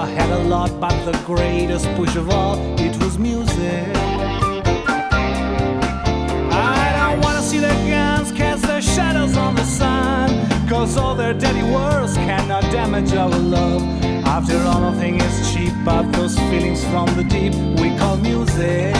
had a lot, but the greatest push of all, it was music. I don't wanna see the guns cast their shadows on the sun, cause all their dirty words cannot damage our love. After all, nothing is cheap but those feelings from the deep we call music.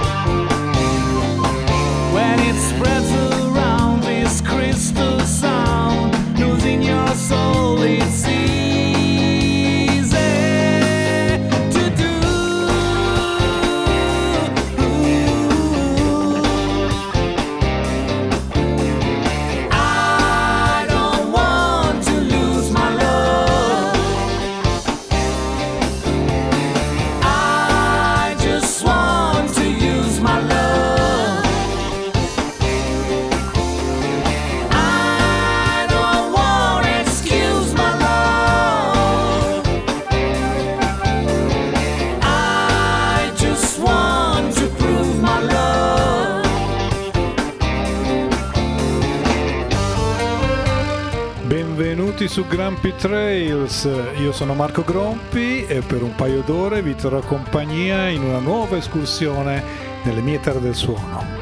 When it spreads around this crystal sound, losing your soul, it's easy to do. I don't want to lose my love. I just want to use my love. Benvenuti su Grumpy Trails, io sono Marco Grompi e per un paio d'ore vi terrò compagnia in una nuova escursione nelle mie terre del suono.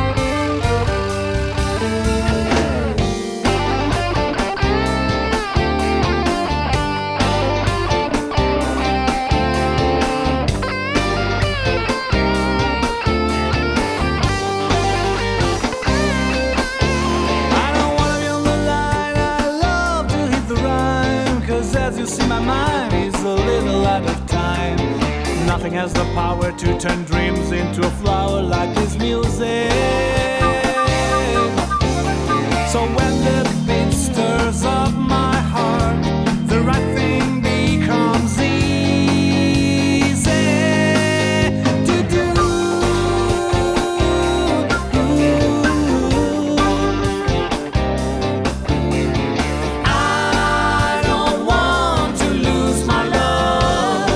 Nothing has the power to turn dreams into a flower like this music. So when the beat stirs up my heart, the right thing becomes easy to do. I don't want to lose my love.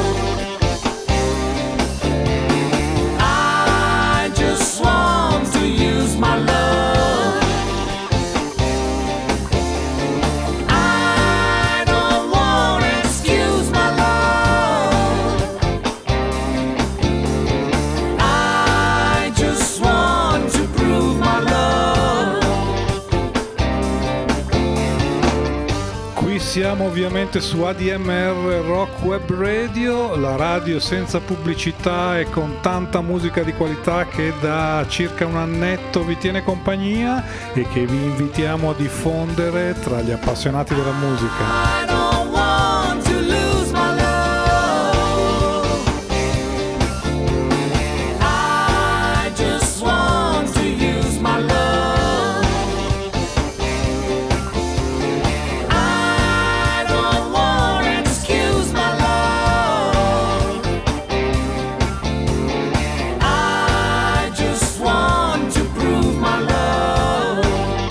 I just want to use my love. I don't want to excuse my love. I just want to prove my love. Qui siamo ovviamente su ADMR Rock Web Radio, la radio senza pubblicità e con tanta musica di qualità che da circa un annetto vi tiene compagnia e che vi invitiamo a diffondere tra gli appassionati della musica. I don't want to lose my love. I just want to use my love. I don't want to excuse my love. I just want to prove my love.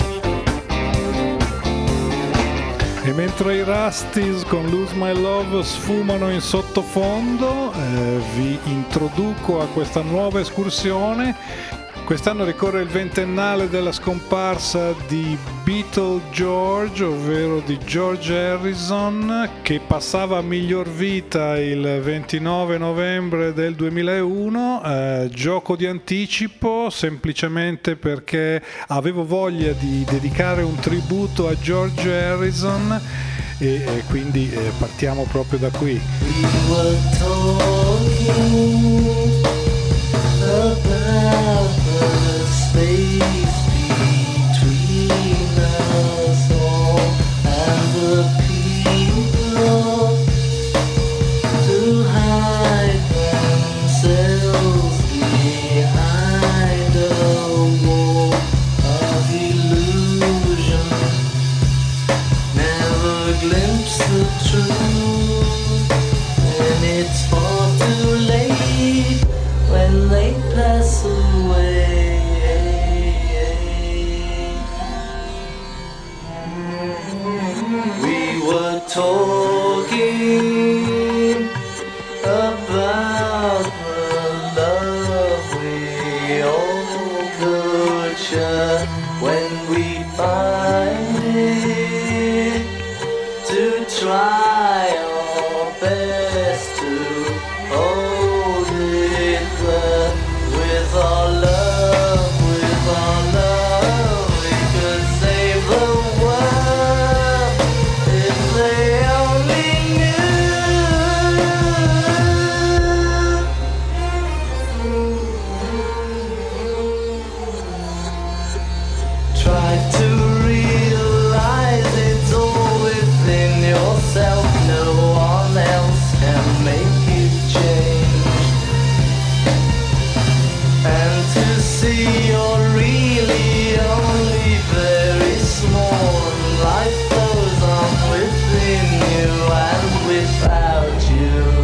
E mentre i Rusties con Lose My Love sfumano in sottofondo, vi introduco a questa nuova escursione. Quest'anno ricorre il ventennale della scomparsa di Beatle George, ovvero di George Harrison, che passava a miglior vita il 29 novembre del 2001. Gioco di anticipo semplicemente perché avevo voglia di dedicare un tributo a George Harrison e quindi partiamo proprio da qui. We were talking about the space between us all and the people to hide themselves behind a wall of illusion. Never glimpse the truth, and it's far too late when they pass away. We were talking about the love we all could share when we find it, to try our best to try to realize it's all within yourself. No one else can make you change. And to see you're really only very small, and life goes on within you and without you.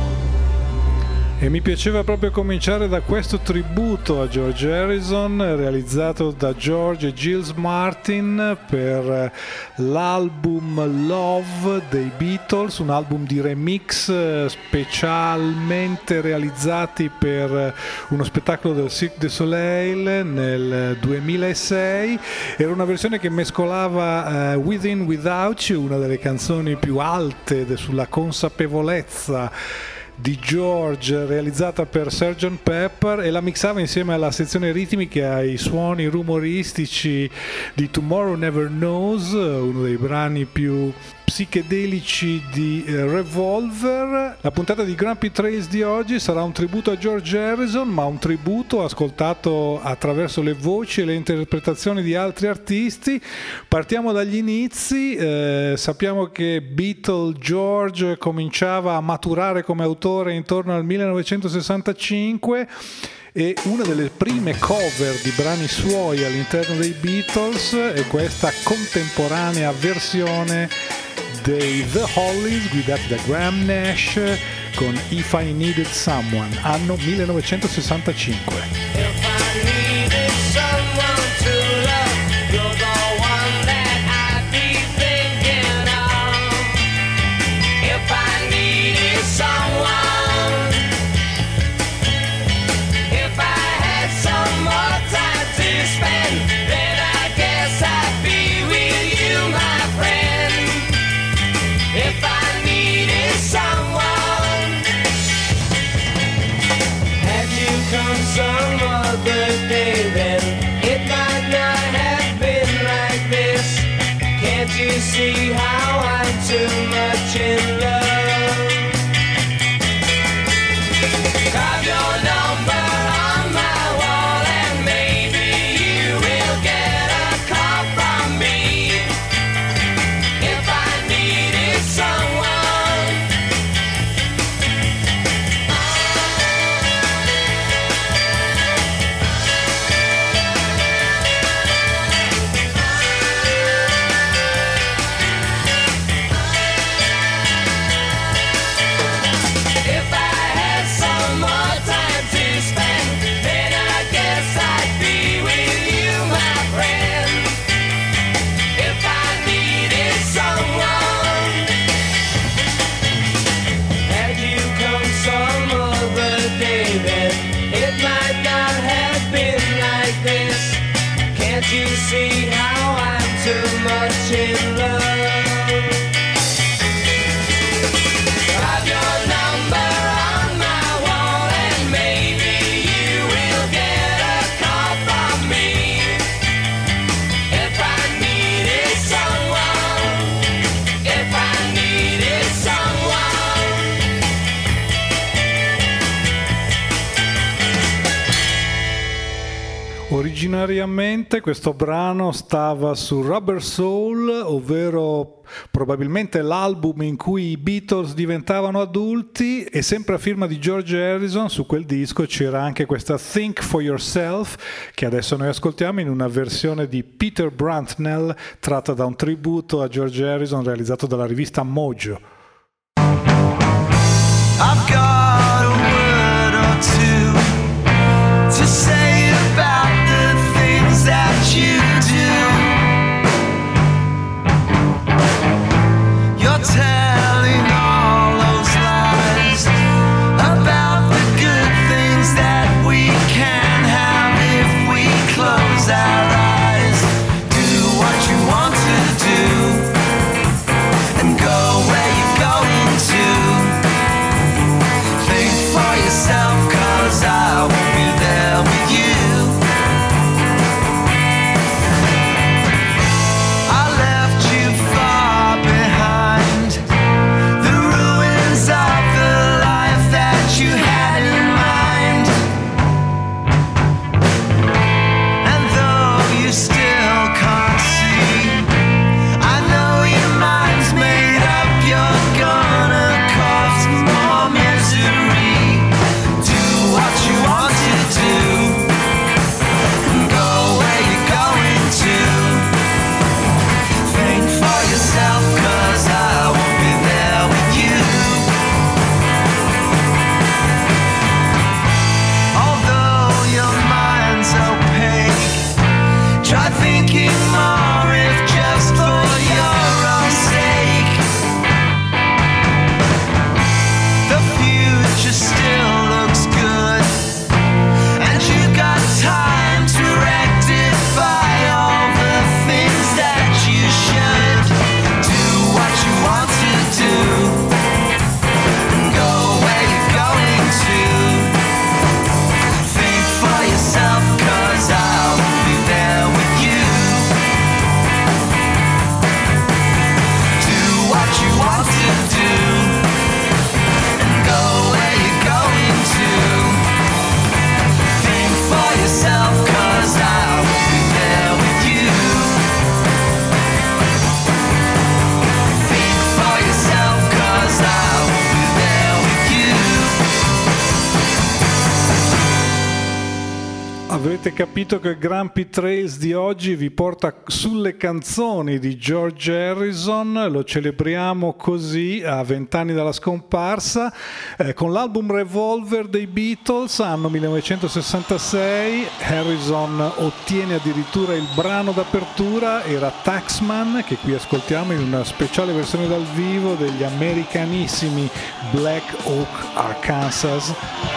E mi piaceva proprio cominciare da questo tributo a George Harrison realizzato da George e Giles Martin per l'album Love dei Beatles, un album di remix specialmente realizzati per uno spettacolo del Cirque du Soleil nel 2006. Era una versione che mescolava Within Without You, una delle canzoni più alte sulla consapevolezza di George, realizzata per Sgt. Pepper, e la mixava insieme alla sezione ritmica ai suoni rumoristici di Tomorrow Never Knows, uno dei brani più psichedelici di Revolver. La puntata di Grumpy Trails di oggi sarà un tributo a George Harrison, ma un tributo ascoltato attraverso le voci e le interpretazioni di altri artisti. Partiamo dagli inizi. Sappiamo che Beatle George cominciava a maturare come autore intorno al 1965 e una delle prime cover di brani suoi all'interno dei Beatles è questa contemporanea versione dei The Hollies guidati da Graham Nash con If I Needed Someone, anno 1965. Some other day then it might not have been like this. Can't you see how I'm too much in love? Carve your number on my wall and maybe you will get a call from me. If I needed someone. You see how I'm too much in love. Have your number on my wall and maybe you will get a call from me. If I needed someone, if I needed someone. Originariamente questo brano stava su Rubber Soul, ovvero probabilmente l'album in cui i Beatles diventavano adulti, e sempre a firma di George Harrison. Su quel disco c'era anche questa Think for Yourself, che adesso noi ascoltiamo in una versione di Peter Brantnell tratta da un tributo a George Harrison realizzato dalla rivista Mojo. I've got a word or two to say about the things that you do. You're telling all those lies about the good things that we can have if we close our eyes. Do what you want to do and go where you're going to. Think for yourself, 'cause I won't be there with you. Try thinking more if just for your own sake. The future still looks good, and you've got time to rectify all the things that you should. Do what you want to do, and go where you're going to. Think for yourself, 'cause I'll be there with you. Do what you want to do, and go where you're going to. Think for yourself, 'cause I'll be there with you. Think for yourself, 'cause I'll be there with you. Avrete capito che il Grumpy Trails di oggi vi porta sulle canzoni di George Harrison. Lo celebriamo così a 20 anni dalla scomparsa, con l'album Revolver dei Beatles, anno 1966. Harrison ottiene addirittura il brano d'apertura, era Taxman, che qui ascoltiamo in una speciale versione dal vivo degli americanissimi Black Oak Arkansas.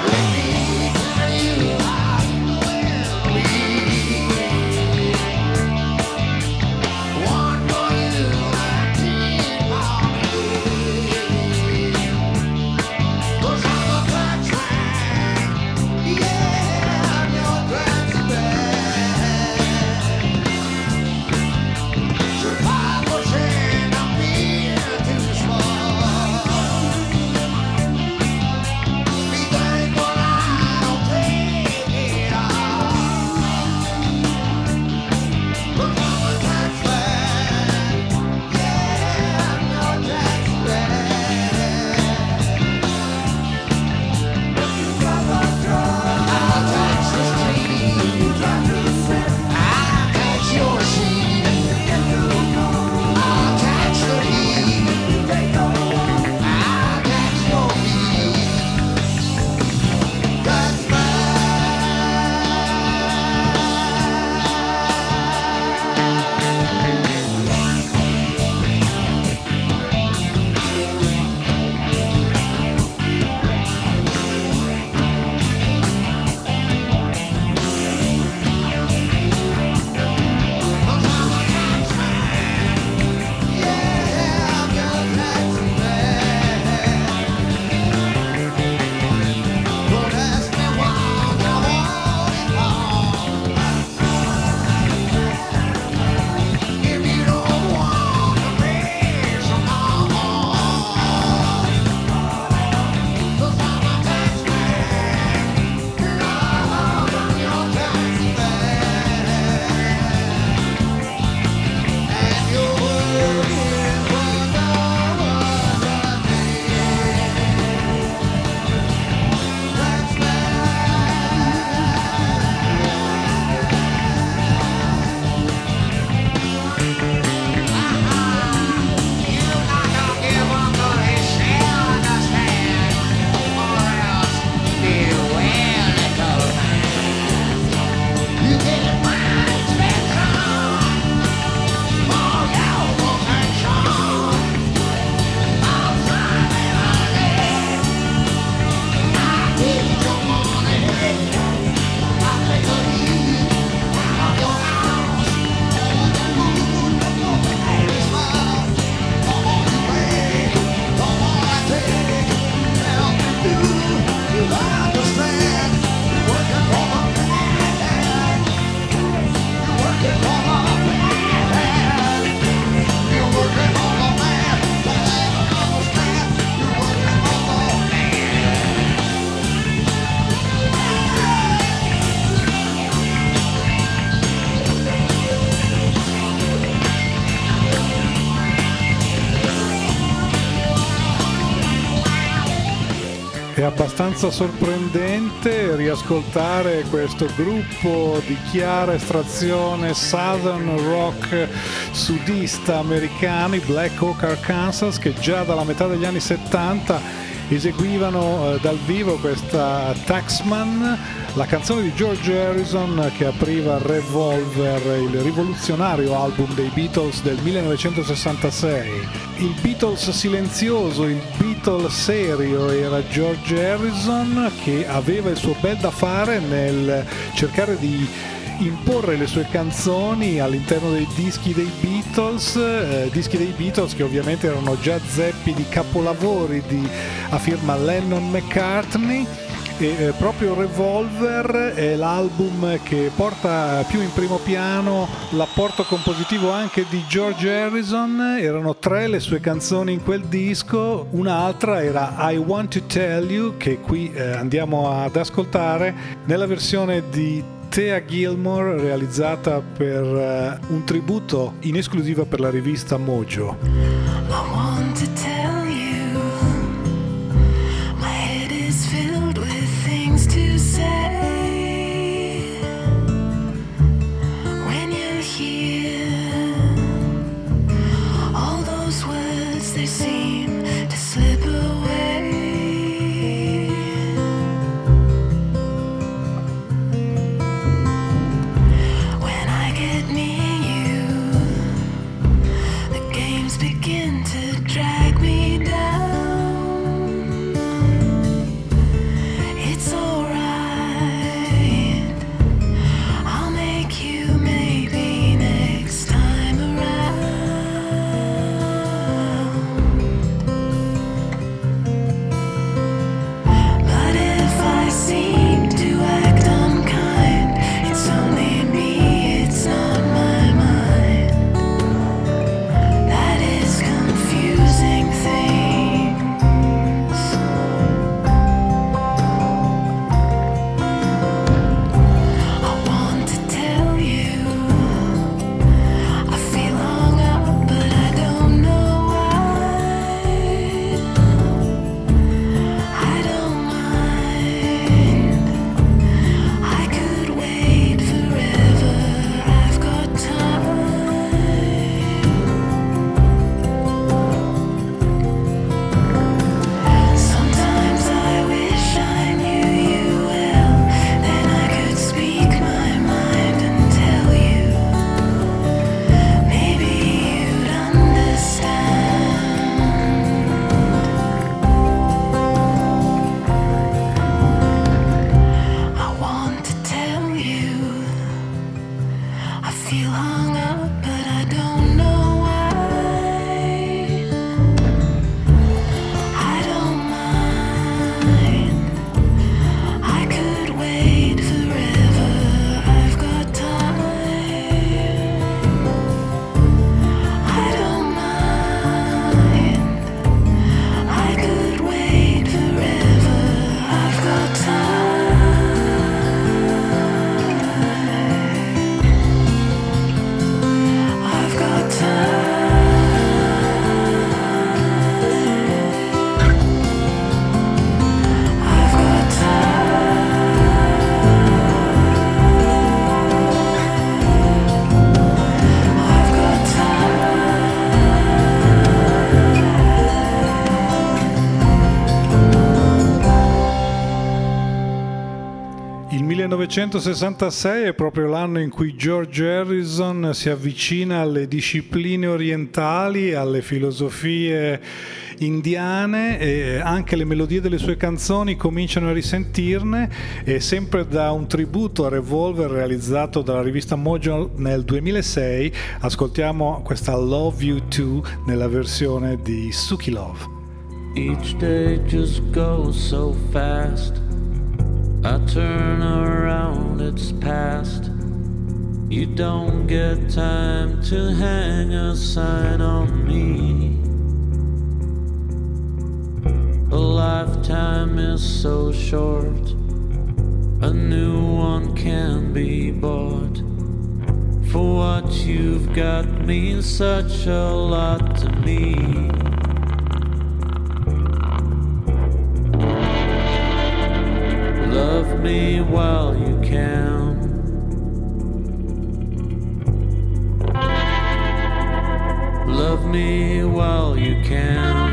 È abbastanza sorprendente riascoltare questo gruppo di chiara estrazione southern rock sudista americani, Black Oak Arkansas, che già dalla metà degli anni 70 eseguivano dal vivo questa Taxman, la canzone di George Harrison che apriva Revolver, il rivoluzionario album dei Beatles del 1966. Il Beatles silenzioso, il Beatles serio era George Harrison, che aveva il suo bel da fare nel cercare di imporre le sue canzoni all'interno dei dischi dei Beatles che ovviamente erano già zeppi di capolavori a firma Lennon-McCartney. E proprio Revolver è l'album che porta più in primo piano l'apporto compositivo anche di George Harrison. Erano 3 le sue canzoni in quel disco, un'altra era I Want to Tell You, che qui andiamo ad ascoltare nella versione di Thea Gilmore, realizzata per un tributo in esclusiva per la rivista Mojo. I want to tell you, my head is filled with things to say. When you're here, all those words, they seem to slip away. When I get near you, the games begin to drag me down. It's alright, I'll make you maybe next time around. But if I seem to act unkind, it's only me, it's not my mind. That is confusing things. I want to tell you, I feel hung up, but I don't know why. I don't mind, I could wait forever, I've got time. Sometimes I wish I knew you well, then I could speak my mind and tell you. Maybe you'd understand. I want to tell you, I feel hung up, but I don't know why. I don't mind, I could wait forever, I've got time. I don't mind, I could wait forever, I've got time. I've got time. I've got time. I've got Il 1966 è proprio l'anno in cui George Harrison si avvicina alle discipline orientali, alle filosofie indiane, e anche le melodie delle sue canzoni cominciano a risentirne, e sempre da un tributo a Revolver realizzato dalla rivista Mojo nel 2006 ascoltiamo questa Love You Too nella versione di Suki Love. Each day just goes so fast. I turn around, it's past. You don't get time to hang a sign on me. A lifetime is so short, a new one can be bought. For what you've got means such a lot to me. Love me while you can. Love me while you can.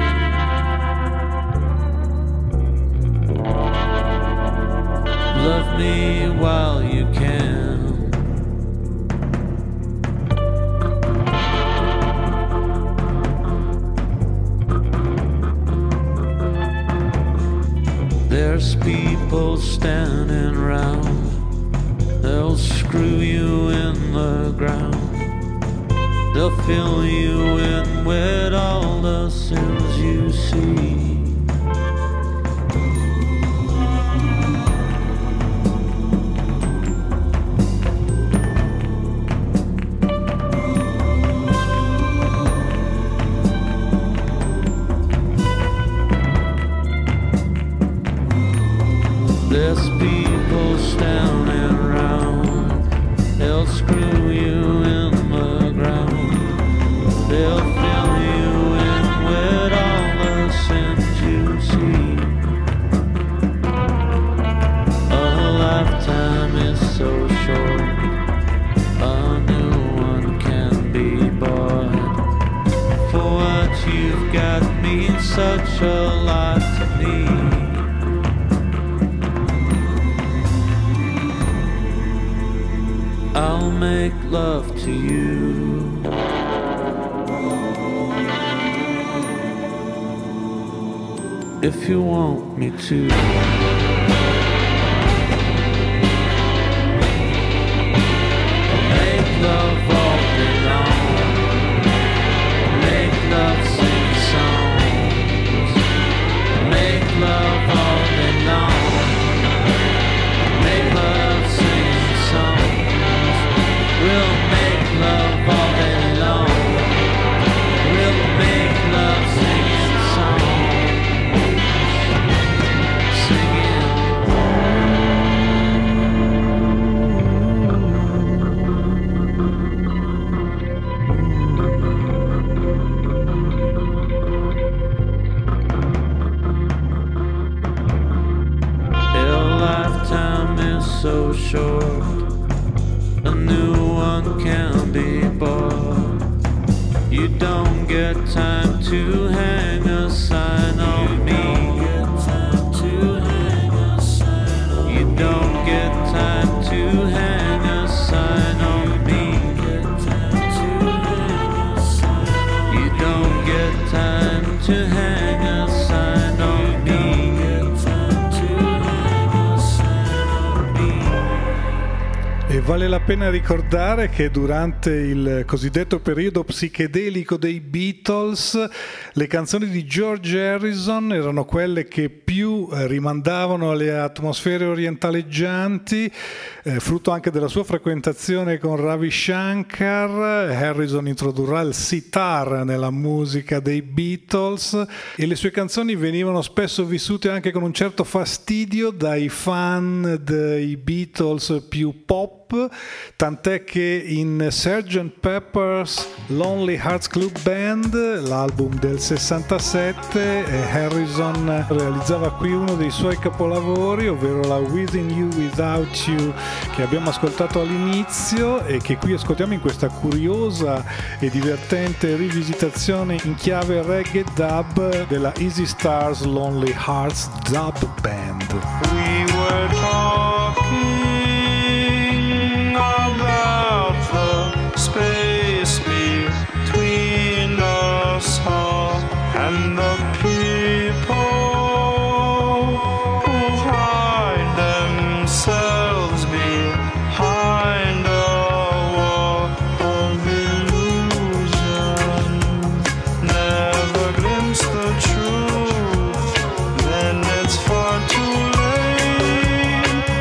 Love me people standing round. They'll screw you in the ground. They'll fill you in with all the sins you see. There's people standing around. They'll screw you in the ground. They'll fill you in with all the sins you see. A lifetime is so short. A new one can be bought. For what you've got means such a lot to me. I'll make love to you. If you want me to. Make love all day long. Make love sing songs. Make love all day long. Make love sing songs. We'll make love all day long. We'll make love sing songs. Singing. Your lifetime is so short. A new one can be bought. You don't get time to hang a sign on me. You don't get time to hang a sign on me. You don't get time to hang a sign on me. E vale la pena ricordare che durante il cosiddetto periodo psichedelico dei Beatles le canzoni di George Harrison erano quelle che più rimandavano alle atmosfere orientaleggianti, frutto anche della sua frequentazione con Ravi Shankar. Harrison introdurrà il sitar nella musica dei Beatles e le sue canzoni venivano spesso vissute anche con un certo fastidio dai fan dei Beatles più pop, tant'è che in Sgt. Pepper's Lonely Hearts Club Band, l'album del 67, Harrison realizzava qui uno dei suoi capolavori, ovvero la Within You Without You, che abbiamo ascoltato all'inizio e che qui ascoltiamo in questa curiosa e divertente rivisitazione in chiave reggae dub della Easy Stars Lonely Hearts Dub Band. We were talking about the space between us all and the people who hide themselves behind a wall of illusion. Never glimpse the truth, then it's far too late.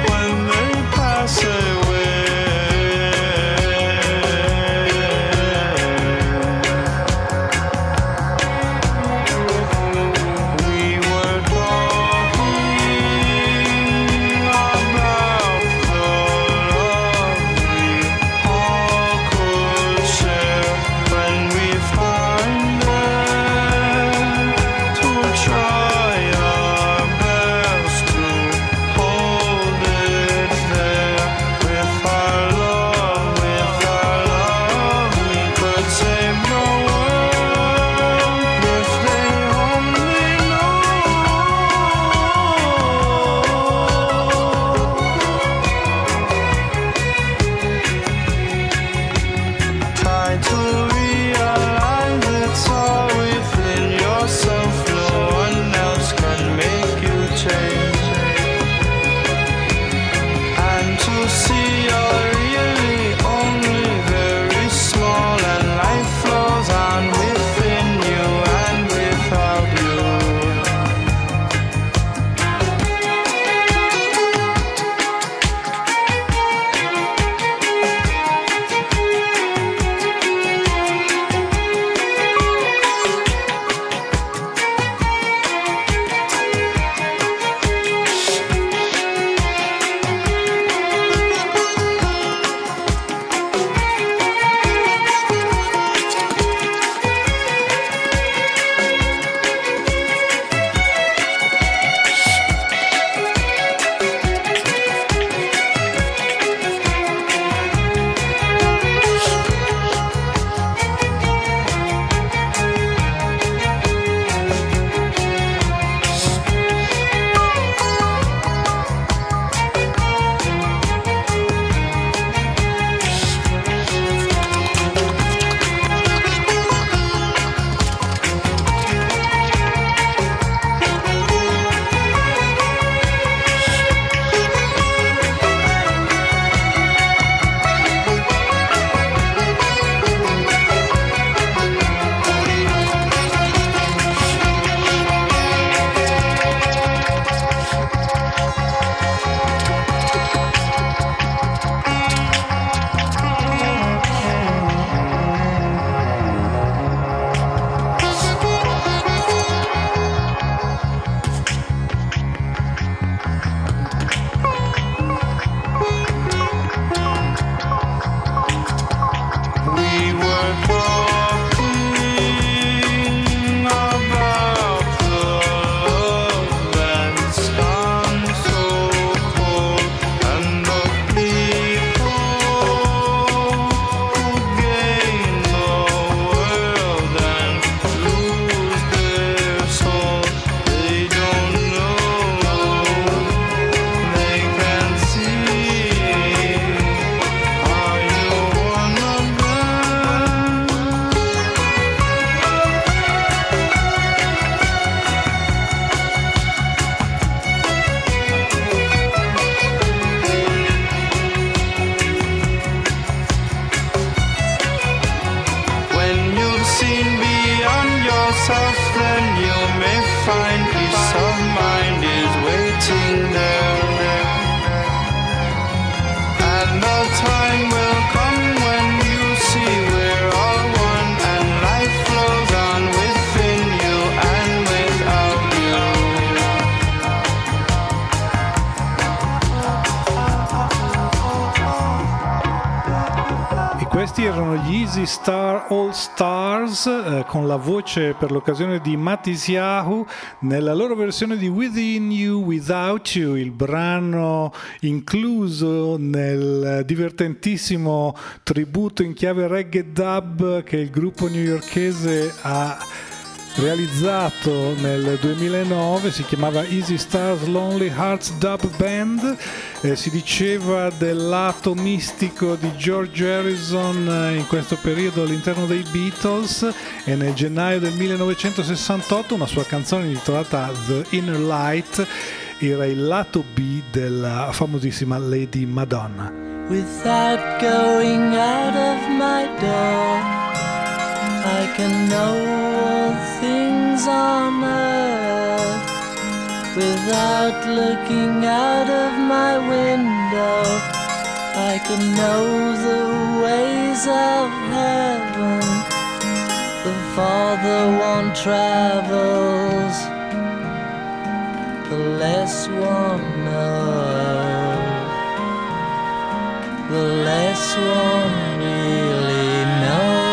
Questi erano gli Easy Star All Stars con la voce per l'occasione di Matisyahu nella loro versione di Within You, Without You, il brano incluso nel divertentissimo tributo in chiave reggae dub che il gruppo newyorkese ha realizzato nel 2009. Si chiamava Easy Stars Lonely Hearts Dub Band. Si diceva del lato mistico di George Harrison in questo periodo all'interno dei Beatles, e nel gennaio del 1968 una sua canzone intitolata The Inner Light era il lato B della famosissima Lady Madonna. Without going out of my door, I can know all things on earth. Without looking out of my window, I can know the ways of heaven. The farther one travels, the less one knows, the less one really knows.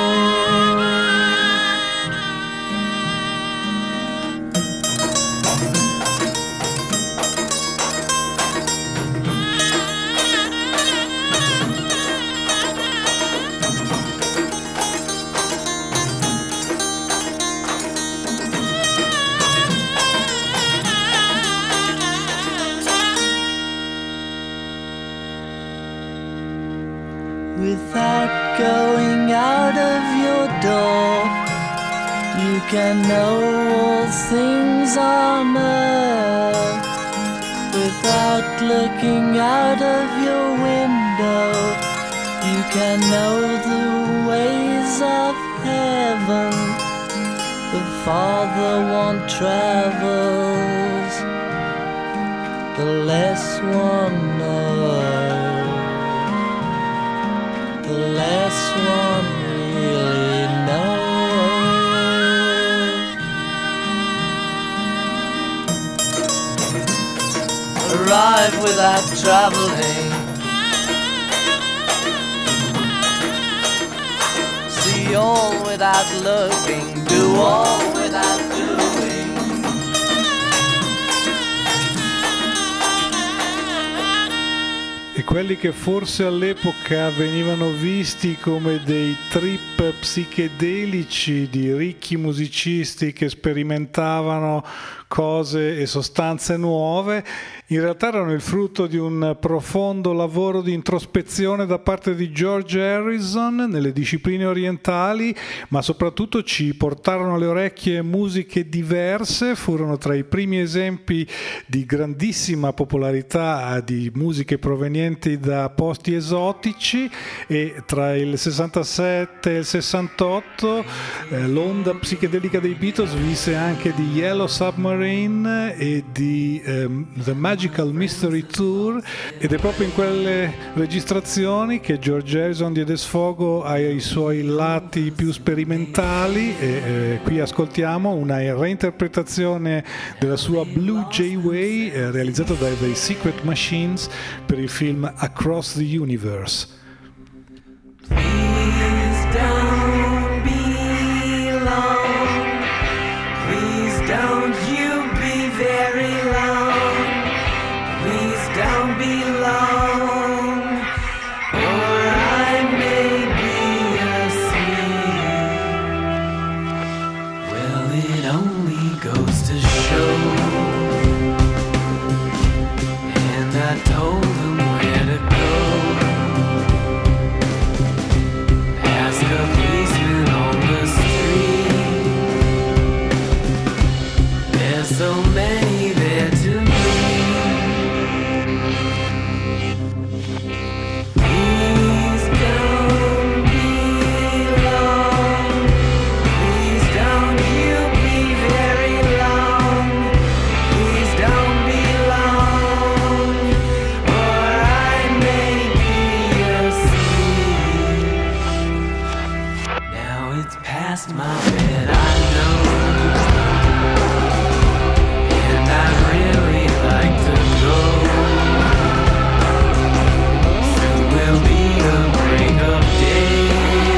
Without going out of your door, you can know all things on earth. Without looking out of your window, you can know the ways of heaven. The farther one travels, the less one knows, the less one really knows. Arrive without traveling, see all without looking, do all without doing. E quelli che forse all'epoca venivano visti come dei trip psichedelici di ricchi musicisti che sperimentavano cose e sostanze nuove, in realtà erano il frutto di un profondo lavoro di introspezione da parte di George Harrison nelle discipline orientali, ma soprattutto ci portarono alle orecchie musiche diverse. Furono tra i primi esempi di grandissima popolarità di musiche provenienti da posti esotici, e tra il 67 e il 68 l'onda psichedelica dei Beatles visse anche di Yellow Submarine e di The Magical Mystery Tour, ed è proprio in quelle registrazioni che George Harrison diede sfogo ai suoi lati più sperimentali, e qui ascoltiamo una reinterpretazione della sua Blue Jay Way realizzata dai The Secret Machines per il film Across the Universe. Please don't be long. Please don't you be very long. Please don't be long, or I may be asleep. Well, it only goes to show. And I told him where to go. Ask a policeman on the street. There's so many there to meet. Please don't be long. Please don't you be very long. Please don't be long, or I may be asleep. Now it's past my bed, I know, and I'd really like to go. Soon will be the break of day.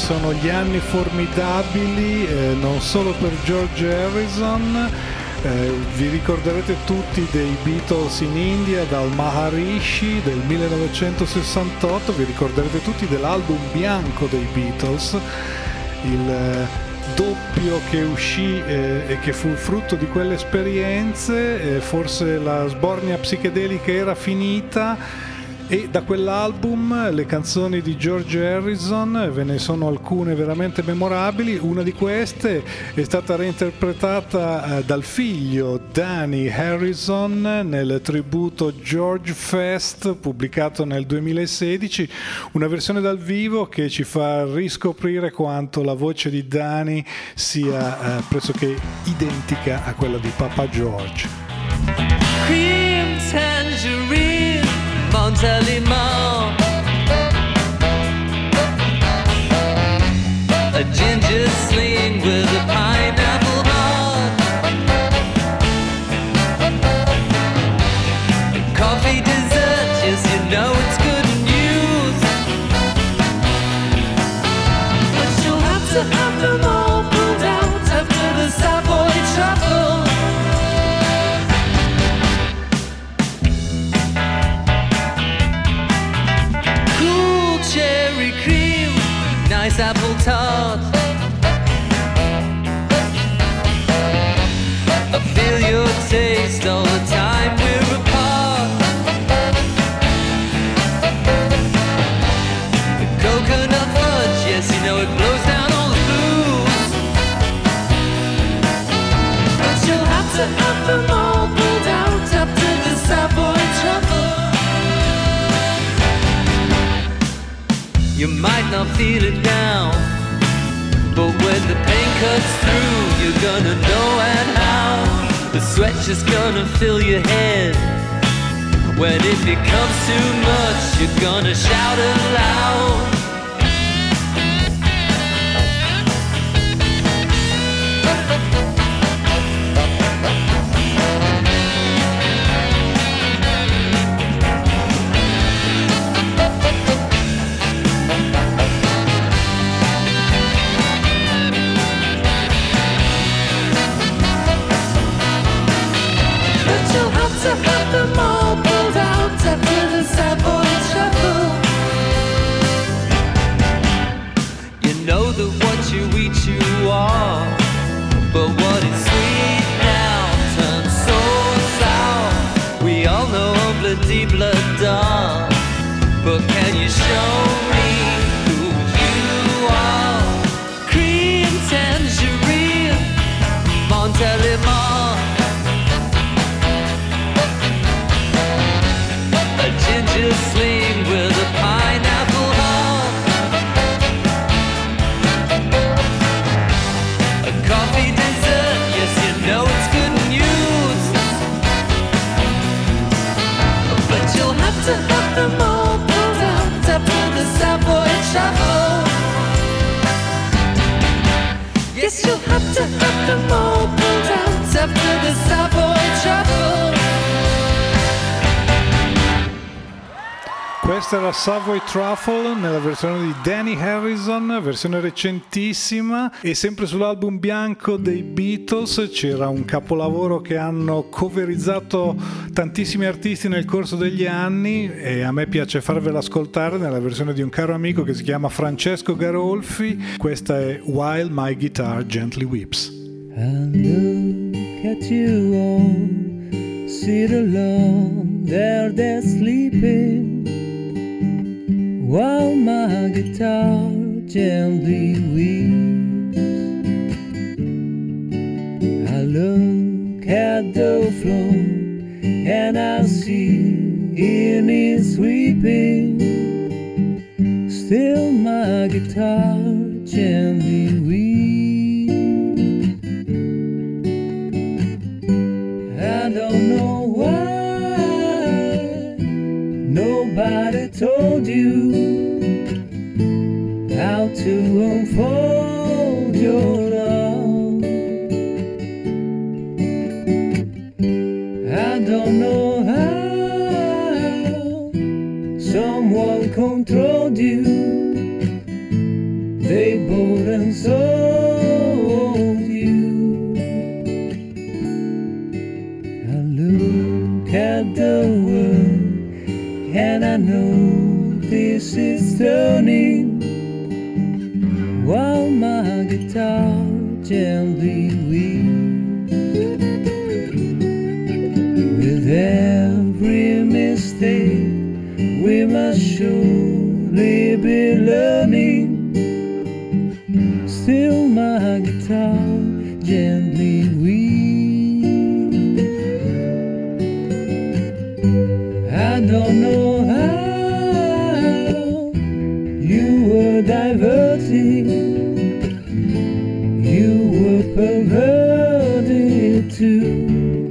sono gli anni formidabili, non solo per George Harrison. Vi ricorderete tutti dei Beatles in India dal Maharishi del 1968, vi ricorderete tutti dell'album bianco dei Beatles, il doppio che uscì e che fu il frutto di quelle esperienze. Forse la sbornia psichedelica era finita, e da quell'album le canzoni di George Harrison ve ne sono alcune veramente memorabili. Una di queste è stata reinterpretata dal figlio Danny Harrison nel tributo George Fest pubblicato nel 2016, una versione dal vivo che ci fa riscoprire quanto la voce di Danny sia pressoché identica a quella di Papa George. Cream tangerine Montelimon, a ginger sling with a pineapple heart, coffee dessert, yes you know it's good news, but you'll have to have them all pulled out after the Savoy Truffle. Cherry cream, nice apple tart. I feel your taste all the time we're apart. The coconut fudge, yes you know it blows down all the booze. But you'll have to have them all pulled out after the Savoy Truffle. You might not feel it now, but when the pain cuts through, you're gonna know and how. The sweat just gonna fill your head. When it becomes too much, you're gonna shout aloud. To have them all pulled out after the Savoy Truffle. You know that what you eat you are, but what is sweet now turns so sour. We all know bloody blood dawn, but can you show me who you are? Cream tangerine, Montelimon. Ginger sling with a pineapple heart, a coffee dessert, yes you know it's good news, but you'll have to have them all pulled out after the Savoy Truffle. Yes, you'll have to have them all pulled out after the Savoy Truffle. Questa era Savoy Truffle nella versione di Danny Harrison, versione recentissima, e sempre sull'album bianco dei Beatles c'era un capolavoro che hanno coverizzato tantissimi artisti nel corso degli anni, e a me piace farvela ascoltare nella versione di un caro amico che si chiama Francesco Garolfi. Questa è While My Guitar Gently Weeps. I look at you all, sit alone there sleeping, while my guitar gently weeps. I look at the floor and I see in its weeping, still my guitar gently weeps. I don't know why nobody told you how to unfold your love. I don't know how someone controlled you. They at the world, and I know this is turning while my guitar gently weeps. With every mistake we must surely be learning. Still my guitar gently weeps. I don't know how you were diverted, you were perverted too.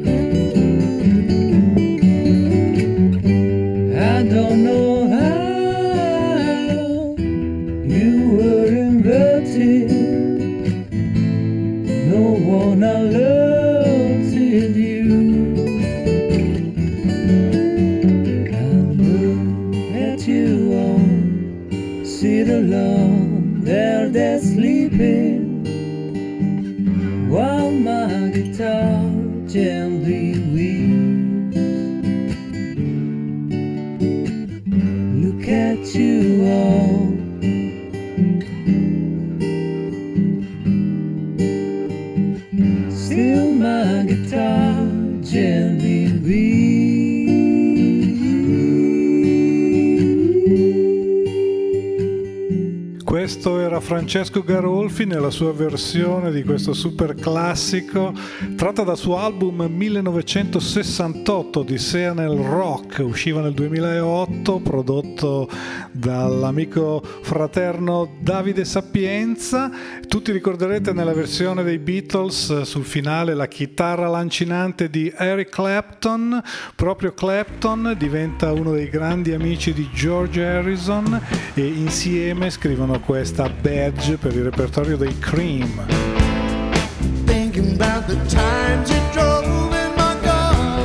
I don't know how you were inverted. No one alerted you. I look at you all, sit alone there, they're sleeping, while my guitar gently weeps. Look at you all. Still my guitar gently weeps. Questo era Francesco Garolfi nella sua versione di questo super classico tratta dal suo album 1968 Odissea nel rock, usciva nel 2008, prodotto dall'amico fraterno Davide Sapienza. Tutti ricorderete nella versione dei Beatles sul finale la chitarra lancinante di Eric Clapton. Proprio Clapton diventa uno dei grandi amici di George Harrison e insieme scrivono questa Badge per il repertorio dei Cream. Thinking about the times you drove in my car,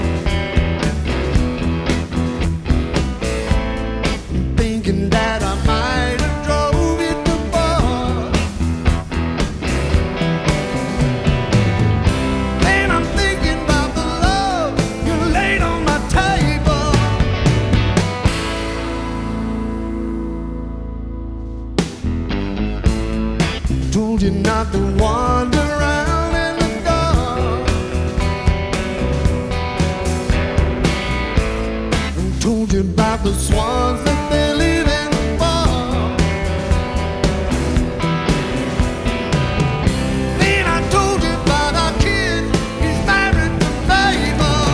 thinking that I might have drove you too far. Then I'm thinking about the love you laid on my table. Told you not to wander around in the dark, and told you about the swans that they live in the bar. Then I told you about our kid, he's married to Mabel.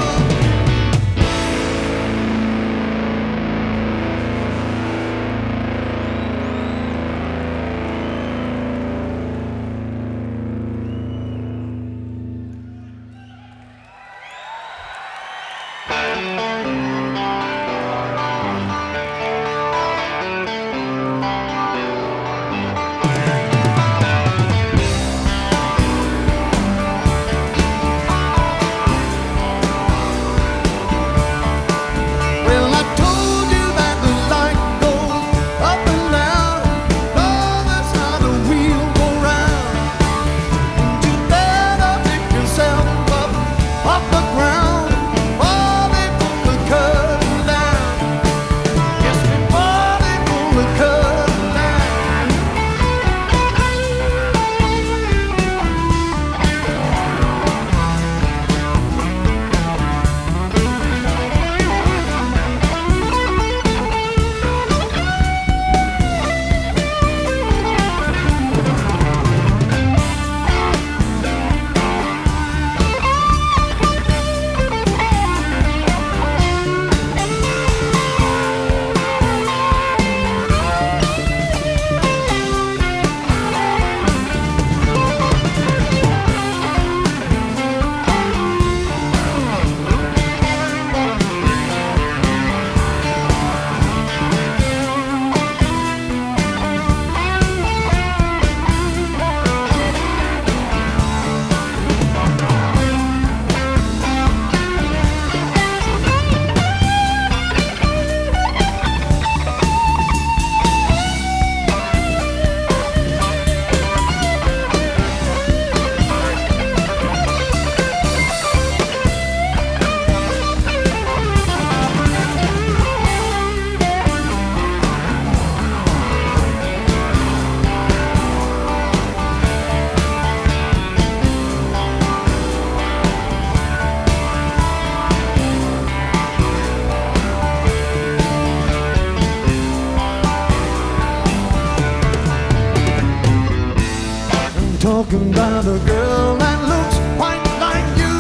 Thinking about a girl that looks quite like you.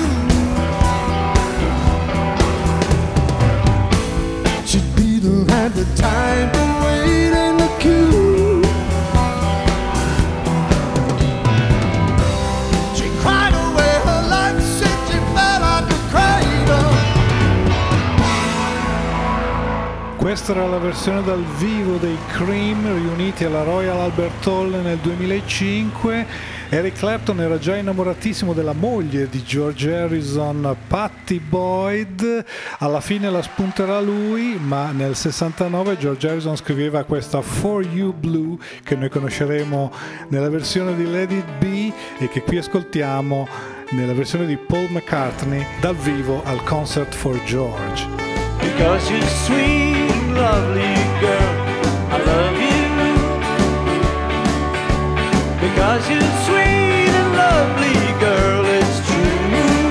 She didn't have the time to wait in the queue. She cried away her life since she fell out the cradle. Questa era la versione dal vivo dei Cream riuniti alla Royal Albert Hall nel 2005. Eric Clapton era già innamoratissimo della moglie di George Harrison, Pattie Boyd. Alla fine la spunterà lui, ma nel 69 George Harrison scriveva questa For You Blue, che noi conosceremo nella versione di Let It Be e che qui ascoltiamo nella versione di Paul McCartney dal vivo al Concert for George. Because you're sweet and lovely, girl, I love you. Because you're sweet and lovely, girl, it's true.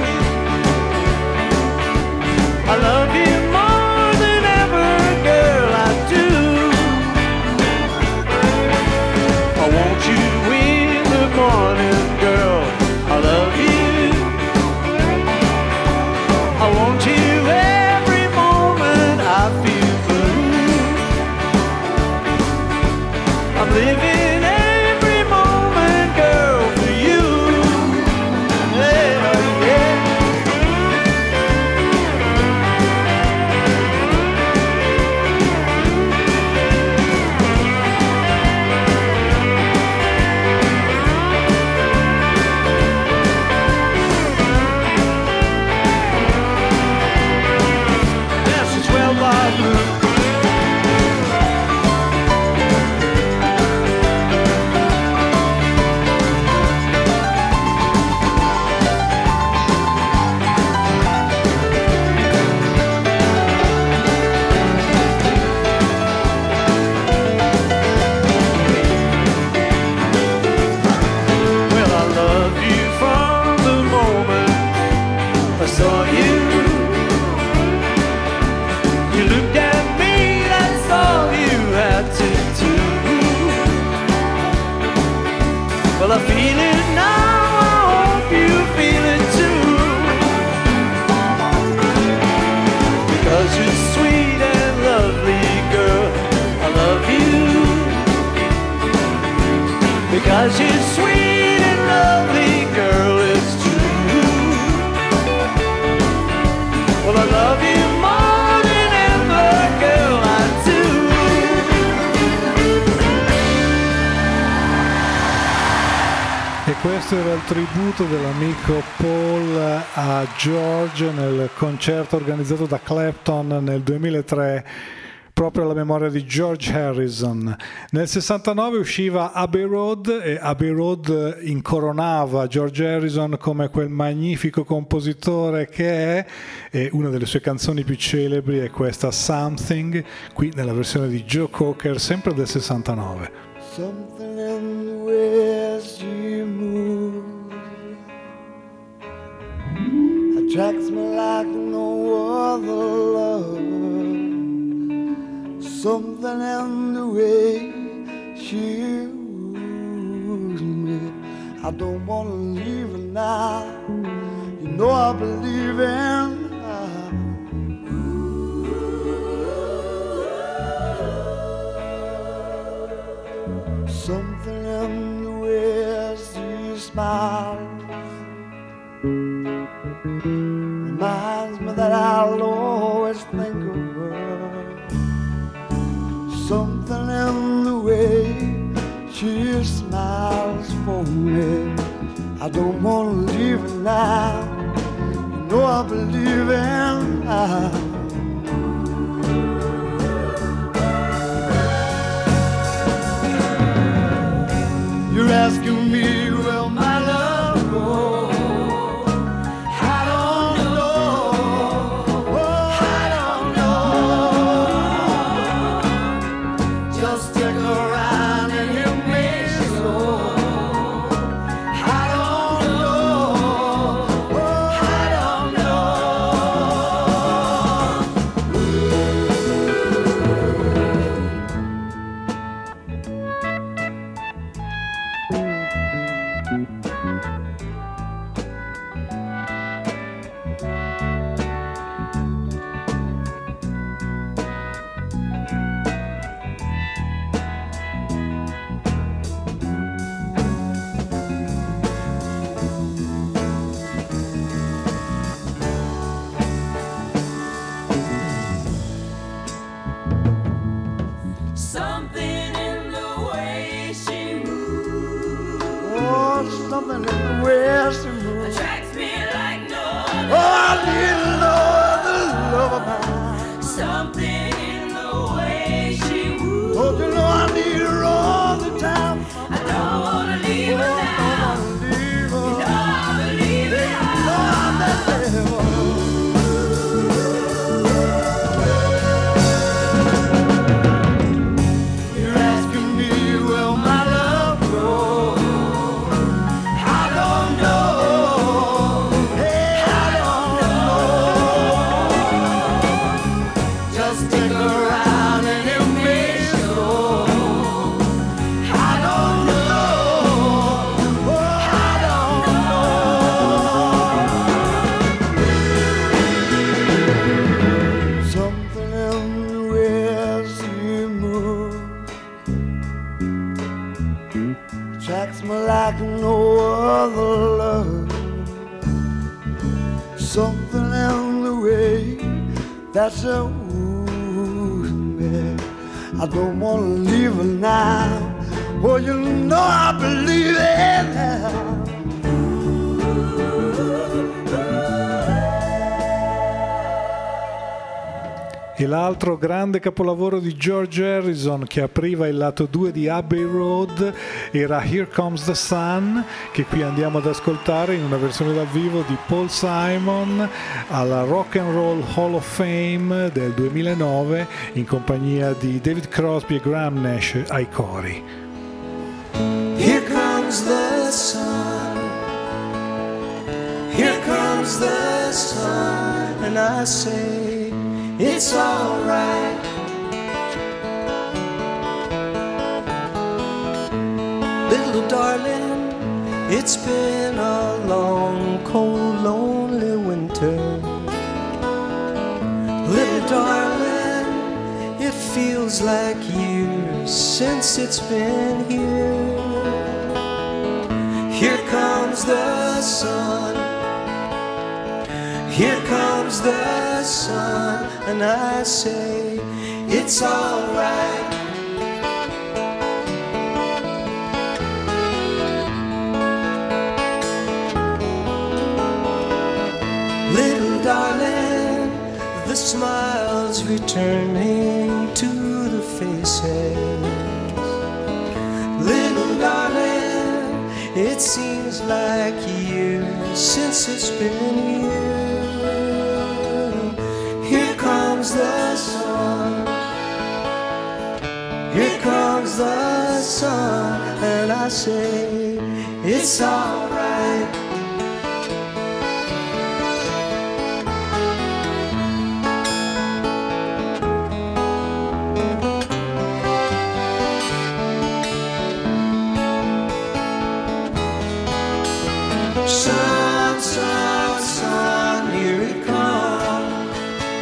I love you more than ever, girl, I do. I want you in the morning, girl, I love you. I want you every moment I feel blue. I'm living every moment, girl, for you. Yeah, yeah. Yes, it's well by blue. Well, I loved you from the moment I saw you. You looked at me, that's all you had to do. Well, I feel it now, I hope you feel it too. Because you're sweet and lovely, girl, I love you. Because you're sweet and lovely, girl, it's true. Well, I love you more than ever, girl, I do. E questo era il tributo dell'amico Paul a George nel concerto organizzato da Clapton nel 2003 proprio alla memoria di George Harrison. Nel 69 usciva Abbey Road e Abbey Road incoronava George Harrison come quel magnifico compositore che è, e una delle sue canzoni più celebri è questa Something, qui nella versione di Joe Cocker, sempre del 69. Something in the way she moves attracts me like no other love. Something in the way she moves me. I don't want to leave her now. You know I believe in her. Something in the way she smiles reminds me that I'll always think of her. Something in the way she smiles for me. I don't want to leave her now. You know I believe in her. You're asking me, will my love go? I don't know. Oh, I don't know. Just stick around and hear me so. I don't know. Oh, I don't know. something in the way she moves. Attracts me like no other. Oh, I need no other love of mine. Something in the way she moves. Don't you know I need her all the time? I don't wanna leave her now. Leave her. You know I believe it. You know I'm that devil. You're asking me, will my love grow? I don't know. Hey, I don't know. Just stick around and it may show. I don't know. Oh, I don't know. Something in the way she moves attracts me like no other love. Something in the way that she moves me. I don't wanna leave her now. Oh, you know I believe it now. E l'altro grande capolavoro di George Harrison che apriva il lato 2 di Abbey Road era Here Comes the Sun, che qui andiamo ad ascoltare in una versione dal vivo di Paul Simon alla Rock and Roll Hall of Fame del 2009 in compagnia di David Crosby e Graham Nash ai cori. Here comes the sun. Here comes the sun. And I say, it's alright. Little darling, it's been a long, cold, lonely winter. Little darling, it feels like years since it's been here. Here comes the sun. Here comes the sun, and I say, it's alright. Little darling, the smile's returning to the faces. Little darling, it seems like years since it's been here. Here comes the sun. Here comes the sun, and I say, it's alright. Sun, sun, sun, here it comes.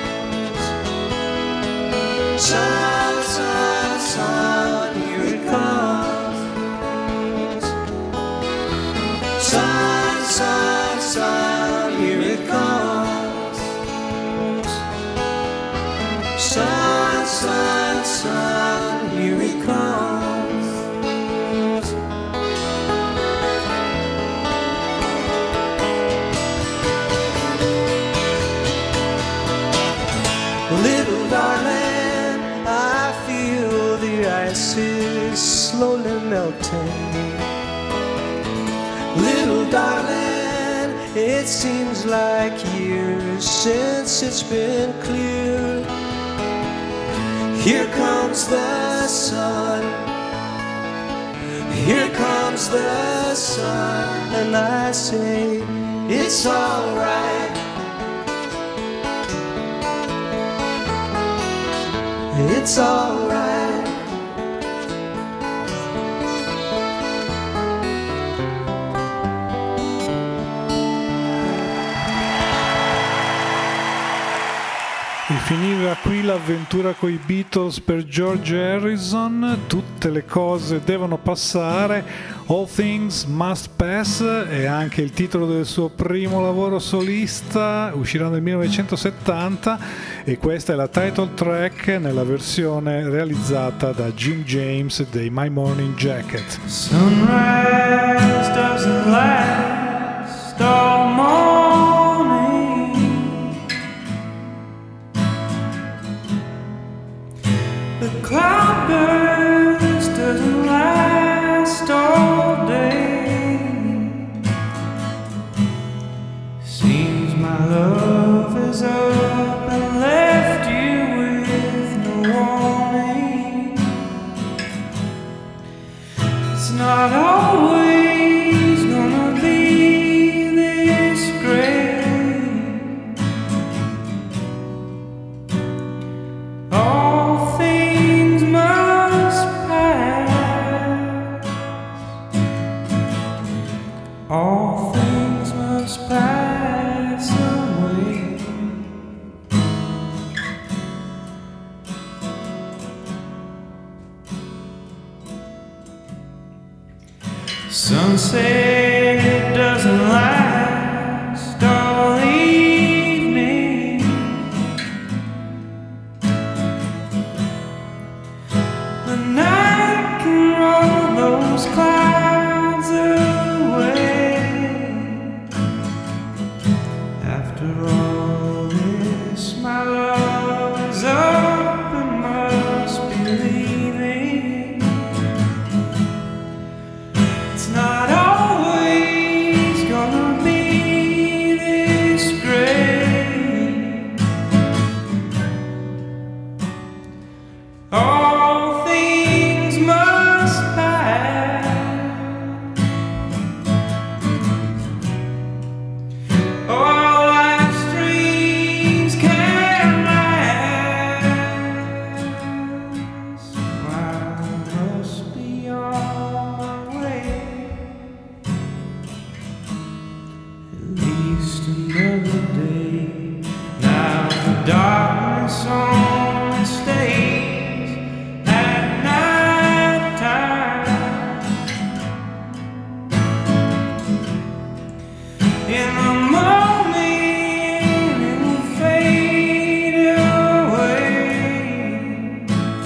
Sun, sun, sun, here it comes. Sun, sun, sun, here it comes. Sun, sun, sun, here it comes. Little darling, I feel the ice is slowly melting. Little darling, it seems like years since it's been clear. Here comes the sun. Here comes the sun, and I say, it's alright. It's alright. E finiva qui l'avventura coi Beatles per George Harrison. Tutte le cose devono passare, All Things Must Pass, è anche il titolo del suo primo lavoro solista, uscirà nel 1970, e questa è la title track nella versione realizzata da Jim James dei My Morning Jacket. Sunrise doesn't last all morning. The cloudburst doesn't last all day. Seems my love is up and left you with no warning. It's not always gonna be this great. All things must pass. All things must pass away. Sunset doesn't last all evening. The night can roll those clouds away. After all this, my love is up and must be leaving. It's not always gonna be this great. All things must pass. All life's dreams can last. I must be on my way. At least another day. Now the darkness only stays at night time. In the morning it will fade away.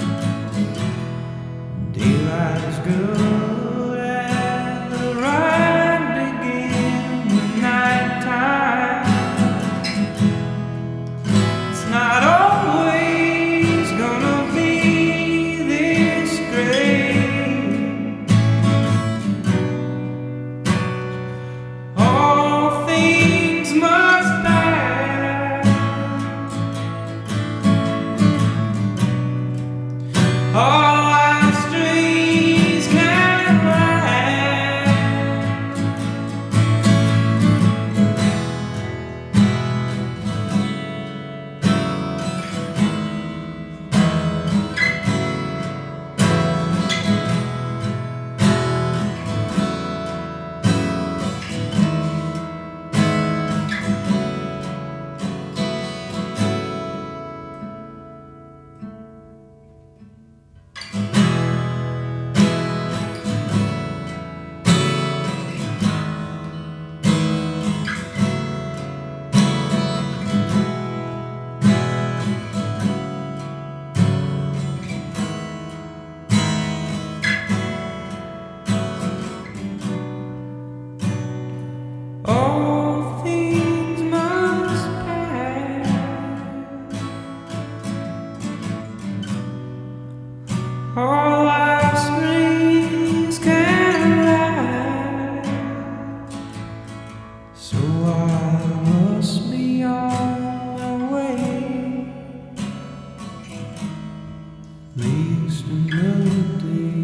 Daylight is good and the ride begins with nighttime. It's not always gonna be this great. All things must pass. All life's dreams can last. All things must pass. All life's dreams can last. So I must be on my way. At least another day.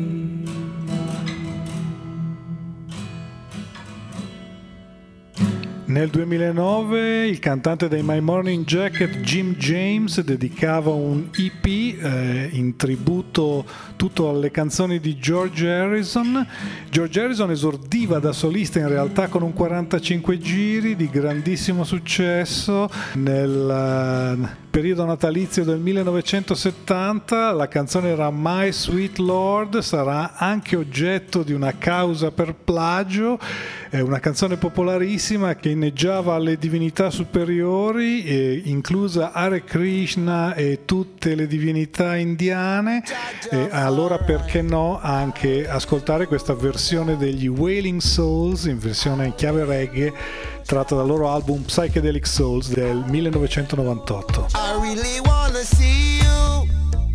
Nel 2009 il cantante dei My Morning Jacket Jim James dedicava un EP in tributo tutto alle canzoni di George Harrison. George Harrison esordiva da solista in realtà con un 45 giri di grandissimo successo nel periodo natalizio del 1970. La canzone era My Sweet Lord, sarà anche oggetto di una causa per plagio. È una canzone popolarissima che inneggiava alle divinità superiori, inclusa Hare Krishna e tutte le divinità indiane. Allora perché no anche ascoltare questa versione degli Wailing Souls in versione in chiave reggae, tratta dal loro album Psychedelic Souls del 1998. I really wanna see you.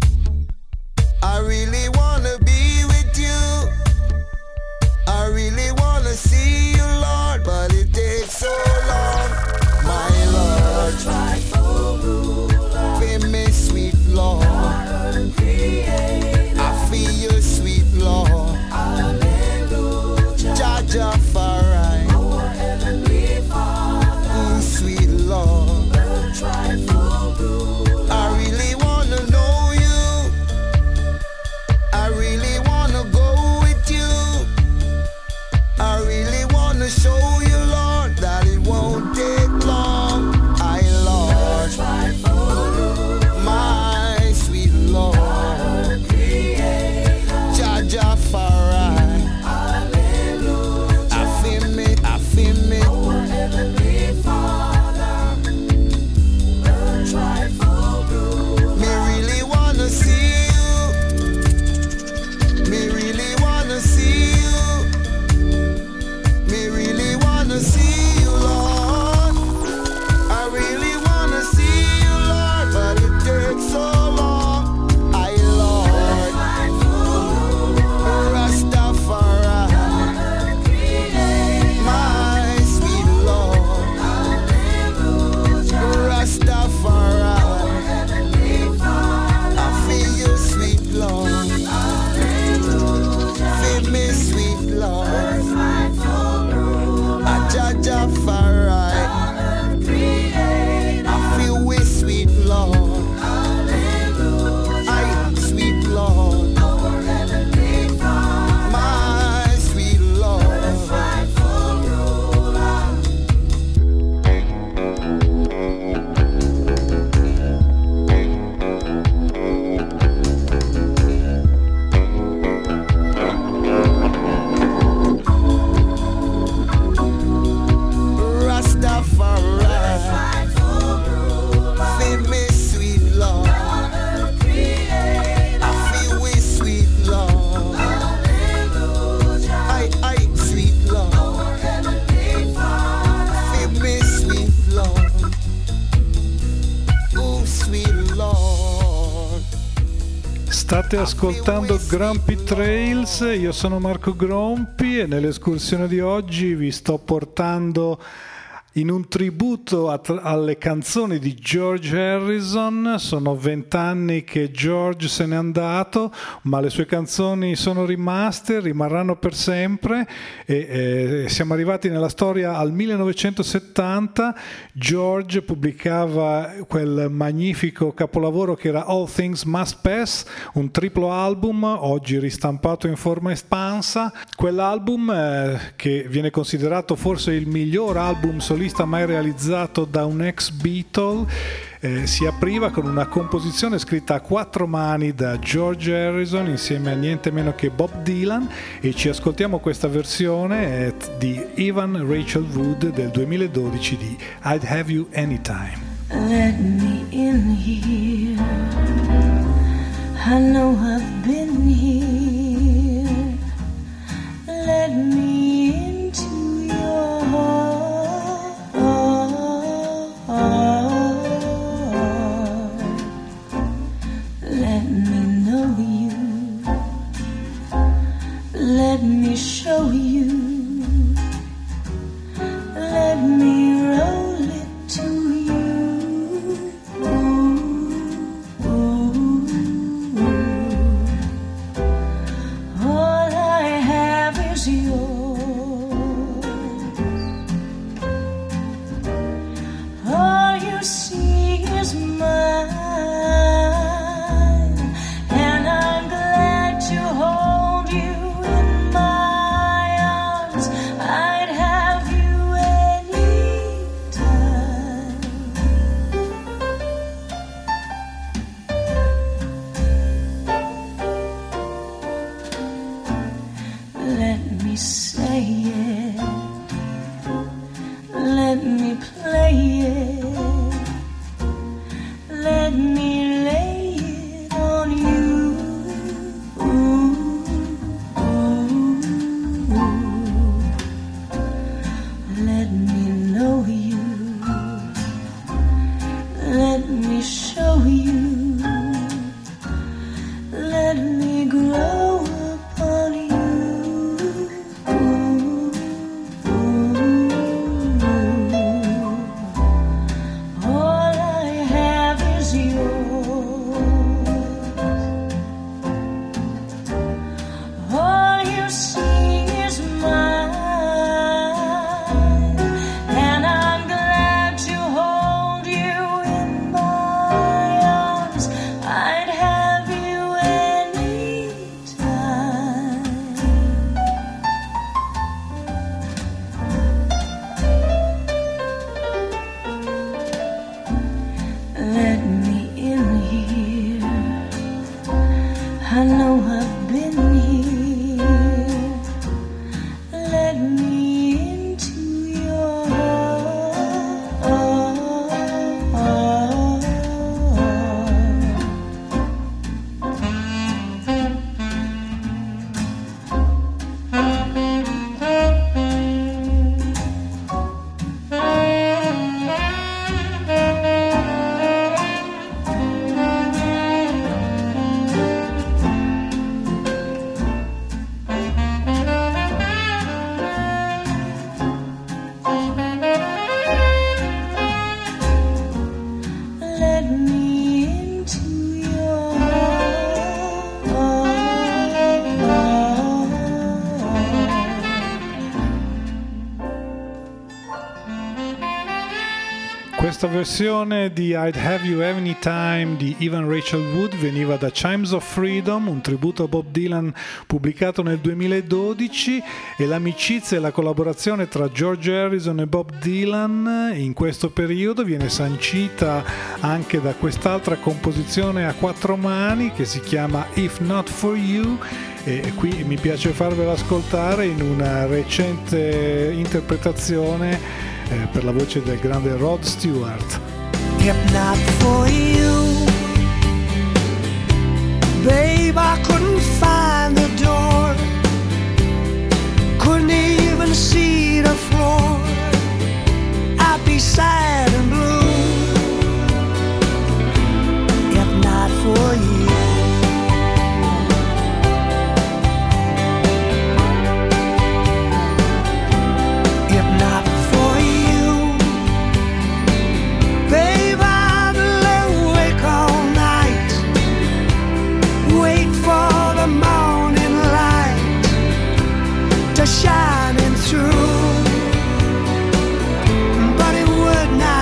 I really wanna be with you. I really wanna see you, Lord, but it takes so long. My Lord, feel me, sweet Lord. I feel you, sweet Lord. Jaja Farai, sweet Lord. I really wanna know you. I really wanna go with you. I really wanna show you, Lord, that it won't take long. I, Lord, my sweet Lord, Jaja Farai. I feel me. Me really wanna see you. Me really wanna see you. Me really wanna see you, Lord. I really wanna see you, Lord, but it takes so long. I, Lord, Rastafari, my sweet Lord, Rastafari. I feel you, sweet Lord. Feel me, sweet Lord. Jaja Farai, I feel we, sweet Lord. I, sweet Lord, my sweet Lord. Rastafari, feel me, sweet Lord. I feel we, sweet Lord. I, sweet Lord. Feel me, sweet Lord. Oh, sweet Lord. State ascoltando Grumpy Trails, io sono Marco Grompi e nell'escursione di oggi vi sto portando in un tributo alle canzoni di George Harrison. Sono 20 anni che George se n'è andato, ma le sue canzoni sono rimaste, rimarranno per sempre e siamo arrivati nella storia al 1970. George pubblicava quel magnifico capolavoro che era All Things Must Pass, un triplo album, oggi ristampato in forma espansa. Quell'album che viene considerato forse il miglior album solista mai realizzato da un ex Beatle, si apriva con una composizione scritta a 4 mani da George Harrison insieme a niente meno che Bob Dylan, e ci ascoltiamo questa versione di Evan Rachel Wood del 2012 di I'd Have You Anytime. Let me in here. I know I've been here. Let me into your heart. Let me know you. Let me show you. Let me roll it to you. Ooh, ooh, ooh. let me lay it on you. Let me know you. Let me show you. Let me grow upon you. All I have is yours. All you see is mine. And I'm glad to hold you in my arms. I'd have you anytime. Let me in here. I know I've been here. Let me into your heart. Let me into your Questa versione di I'd Have You Anytime di Evan Rachel Wood veniva da Chimes of Freedom, un tributo a Bob Dylan pubblicato nel 2012, e l'amicizia e la collaborazione tra George Harrison e Bob Dylan in questo periodo viene sancita anche da quest'altra composizione a quattro mani che si chiama If Not For You, e qui mi piace farvela ascoltare in una recente interpretazione per la voce del grande Rod Stewart. If not for you, babe, I couldn't find the door. Couldn't even see the floor. I'd be sad and blue. If not for you. If not for you, babe, I'd lay awake all night, wait for the morning light to shining through, but it would not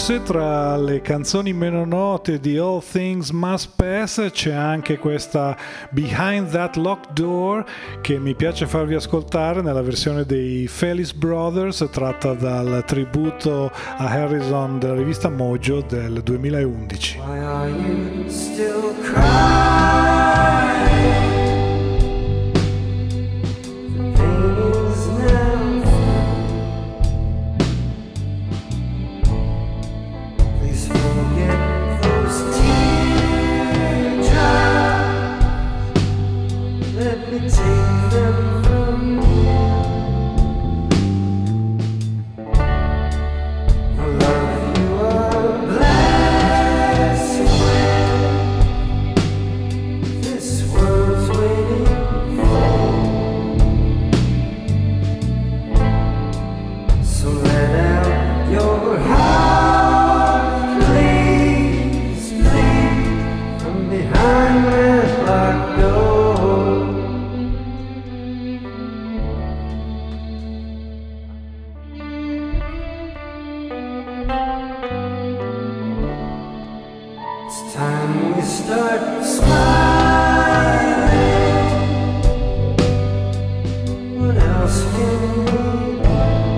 Forse tra le canzoni meno note di All Things Must Pass c'è anche questa Behind That Locked Door, che mi piace farvi ascoltare nella versione dei Felice Brothers, tratta dal tributo a Harrison della rivista Mojo del 2011. Why are you still crying? The pain is now through. Please forget those teardrops. Let me take them from you. I love you, a blessed friend. This world's waiting for. So let out your heart, please, please, from behind that locked door. It's time we start smiling. What else can we do?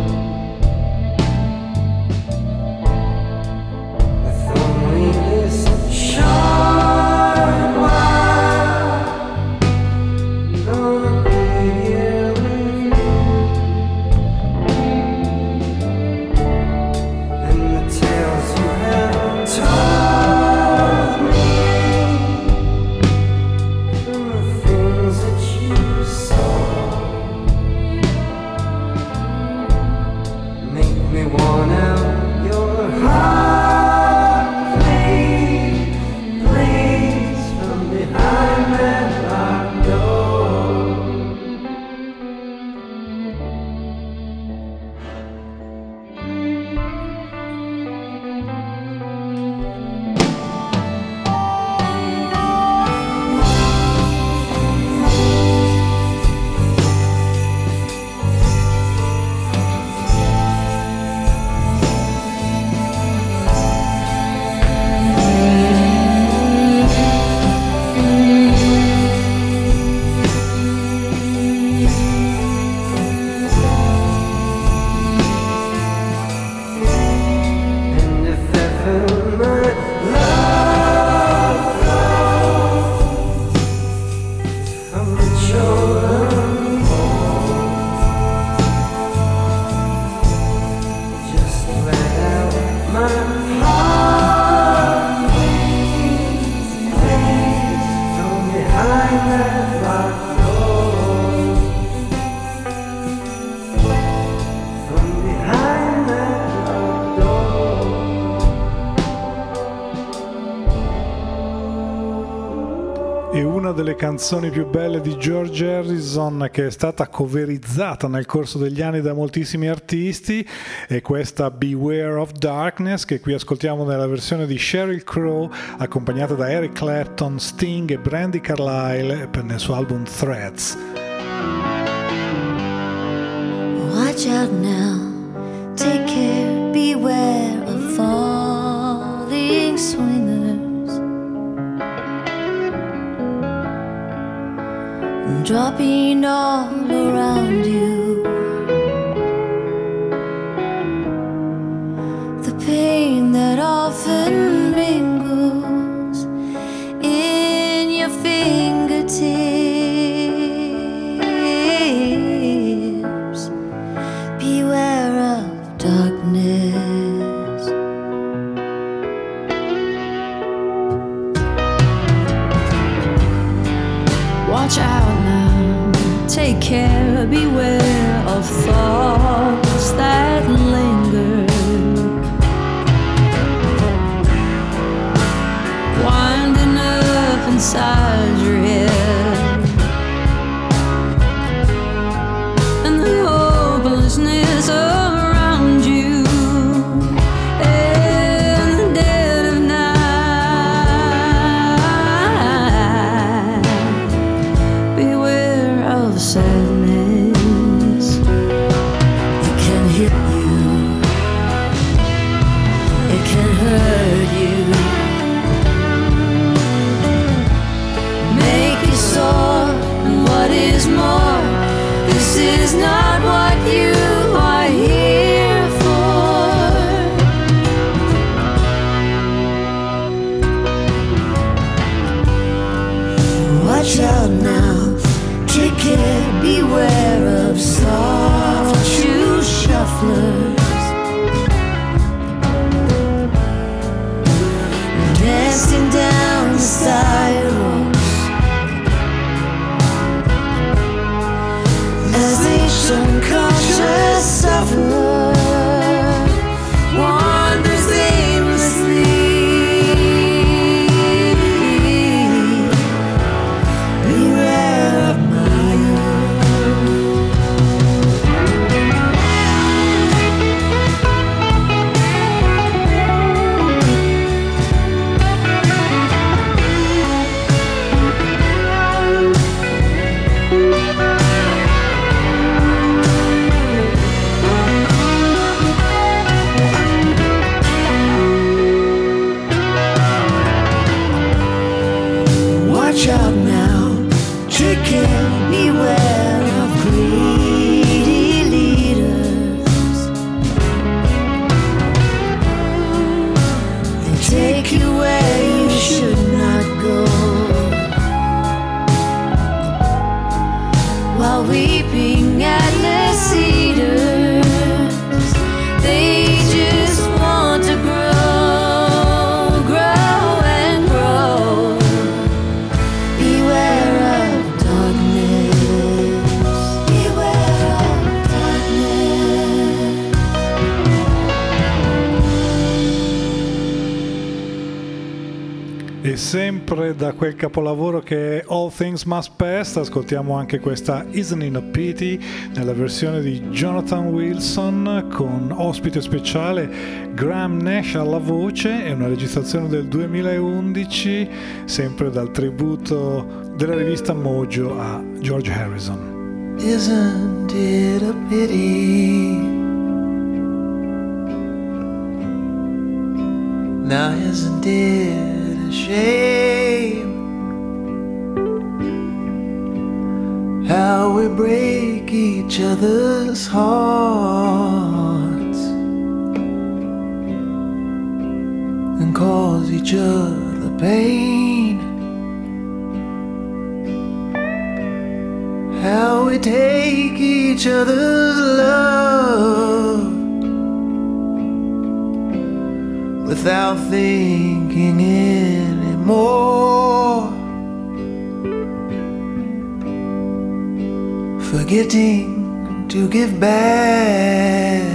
With only this short while, I'm gonna be here with you. And the tales you have told me, from the things that you saw, make me want out your heart, please, please, from behind that locked door. And if ever my love flows from the children home, just let out my heart, please, please, from behind that locked door, from behind that locked door. E una delle canzoni più belle di George Harrison, che è stata coverizzata nel corso degli anni da moltissimi artisti, è questa Beware of Darkness, che qui ascoltiamo nella versione di Sheryl Crow, accompagnata da Eric Clapton, Sting e Brandi Carlile nel suo album Threads. Watch out now, take care, beware of falling swingers, dropping all around you. The pain that often mingles in your fingertips. Beware of darkness. Watch out now, take care, beware of thoughts that linger, winding up inside your head, and the hopelessness around you. In the dead of night, beware of sadness. It can hit you, it can Watch out now, take it, beware of soft shoe shufflers. Dancing down the side roads as each unconscious sufferer wanders aimlessly. Beware of my Watch out now, chicken, beware of greedy leaders. They take you where you should not go, while weeping at the cedars. They just want to grow, grow and grow. Beware of darkness. Beware of darkness. E sempre da quel capolavoro che è All Things Must Pass, ascoltiamo anche questa Isn't It a Pity nella versione di Jonathan Wilson con ospite speciale Graham Nash alla voce. È una registrazione del 2011, sempre dal tributo della rivista Mojo a George Harrison. Isn't it a pity? Now isn't it a shame how we break each other's hearts and cause each other pain? How we take each other's love without thinking anymore, forgetting to give back.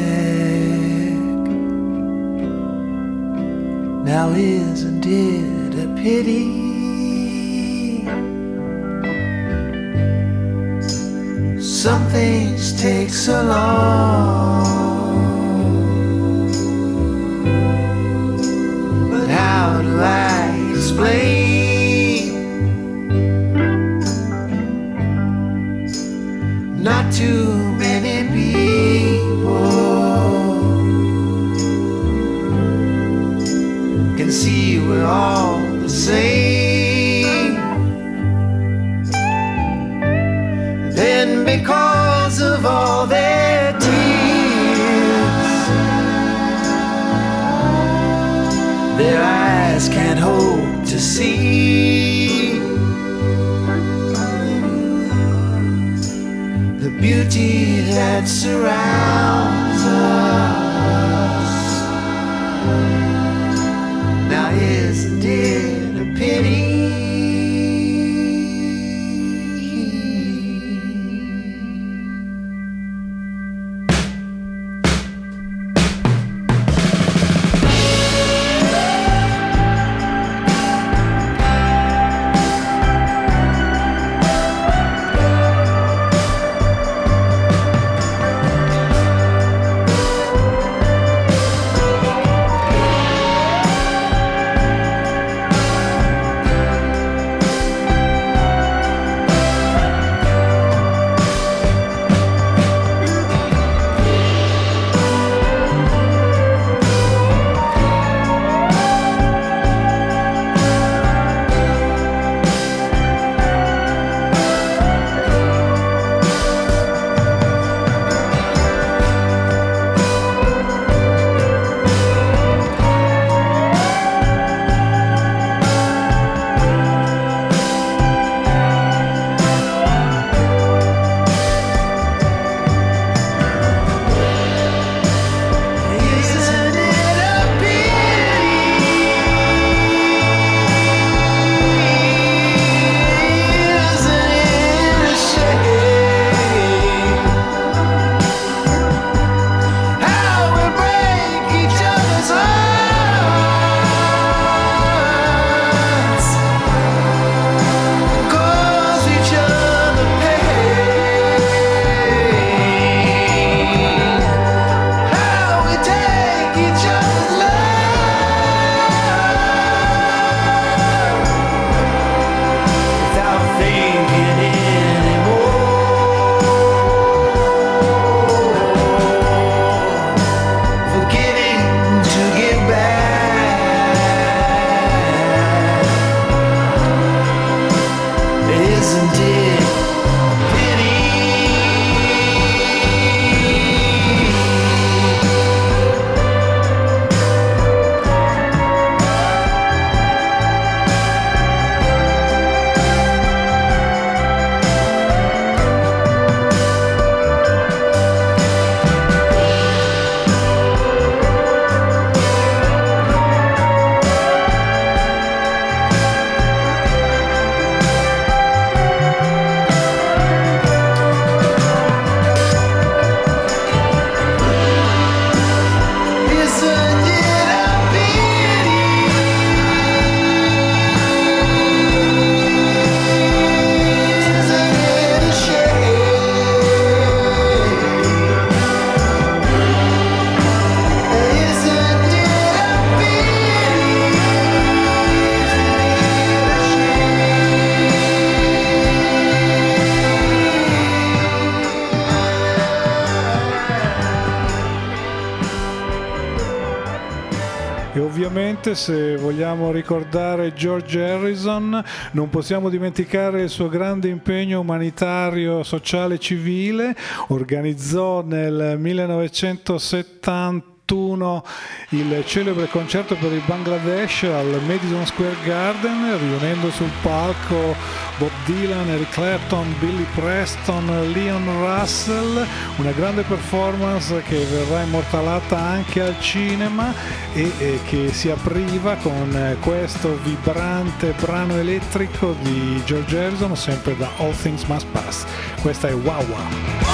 Now isn't it a pity? Some things take so long, but how do I explain? Not too many people can see we're all the same. Then because of all their tears, their eyes can't hope to see the beauty that surrounds us. Now isn't it a pity? Naturalmente, se vogliamo ricordare George Harrison, non possiamo dimenticare il suo grande impegno umanitario, sociale e civile. Organizzò nel 1971 il celebre concerto per il Bangladesh al Madison Square Garden, riunendo sul palco Bob Dylan, Eric Clapton, Billy Preston, Leon Russell, una grande performance che verrà immortalata anche al cinema e che si apriva con questo vibrante brano elettrico di George Harrison, sempre da All Things Must Pass. Questa è Wow Wow.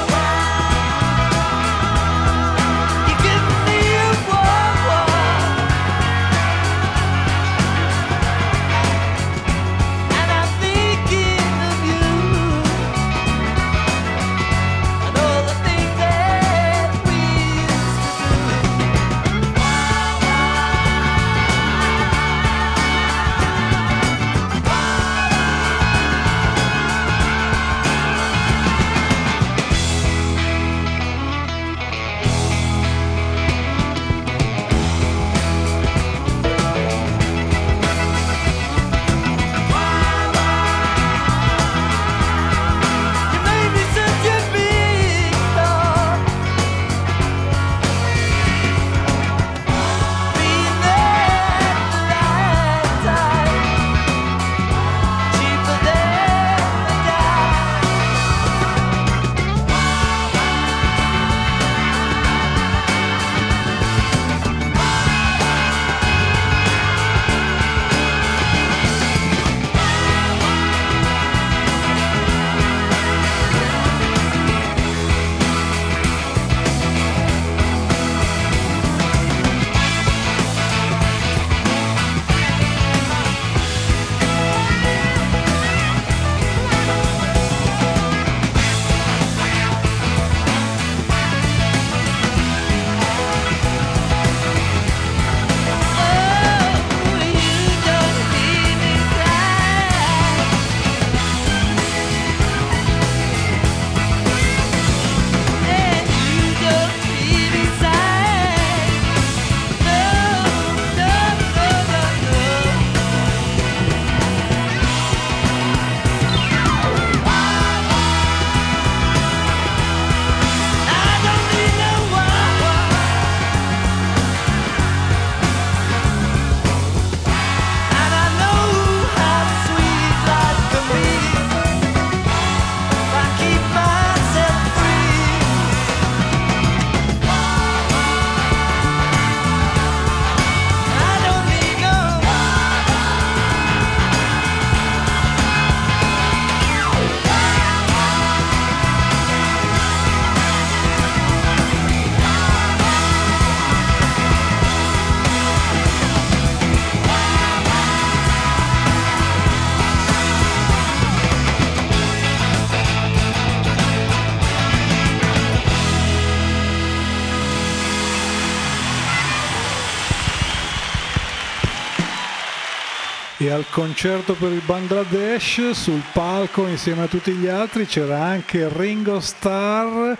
E al concerto per il Bangladesh, sul palco insieme a tutti gli altri, c'era anche Ringo Starr,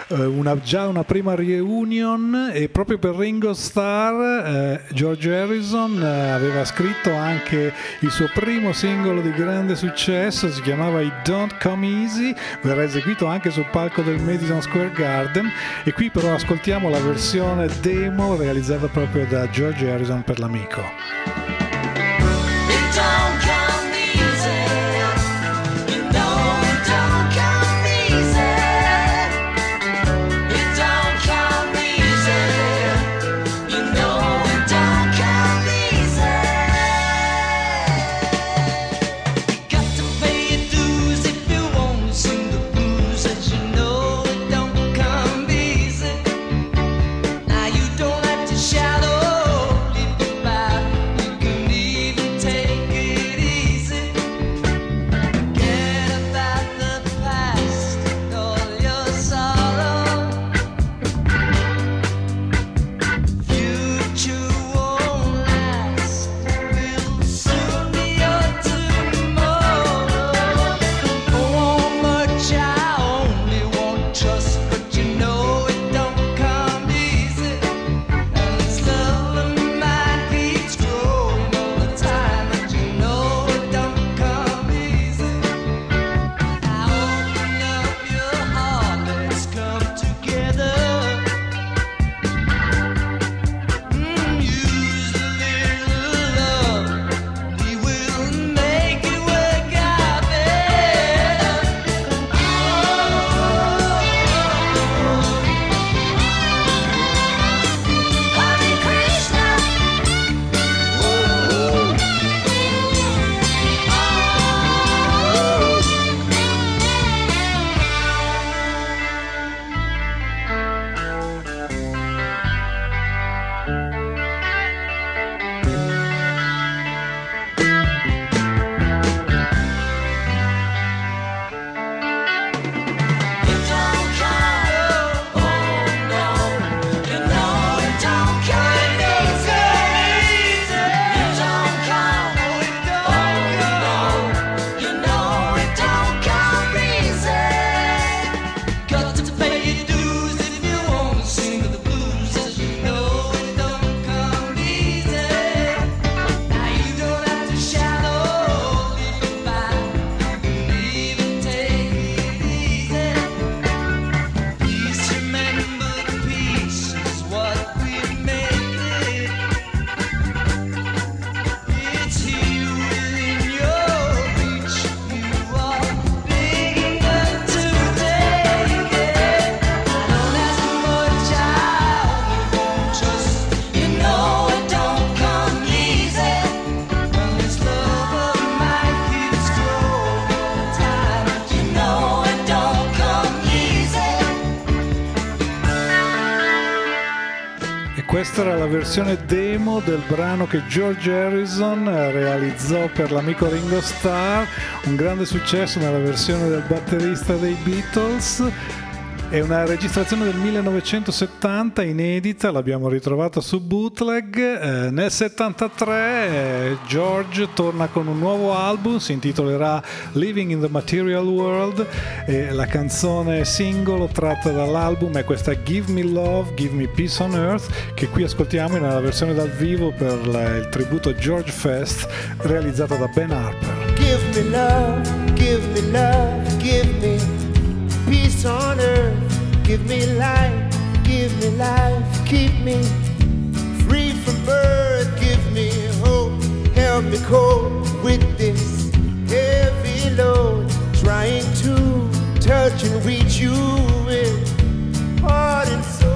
già una prima reunion, e proprio per Ringo Starr George Harrison aveva scritto anche il suo primo singolo di grande successo, si chiamava I Don't Come Easy, verrà eseguito anche sul palco del Madison Square Garden, e qui però ascoltiamo la versione demo realizzata proprio da George Harrison per l'amico. Shadow, leave it by. Questa era la versione demo del brano che George Harrison realizzò per l'amico Ringo Starr, un grande successo nella versione del batterista dei Beatles. È una registrazione del 1970 inedita, l'abbiamo ritrovata su Bootleg. Nel 73 George torna con un nuovo album, si intitolerà Living in the Material World e la canzone singolo tratta dall'album è questa Give Me Love, Give Me Peace on Earth, che qui ascoltiamo nella versione dal vivo per il tributo George Fest realizzata da Ben Harper. Give me love, give me love, give me peace on earth, give me life, keep me free from birth, give me hope, help me cope with this heavy load, trying to touch and reach you with heart and soul.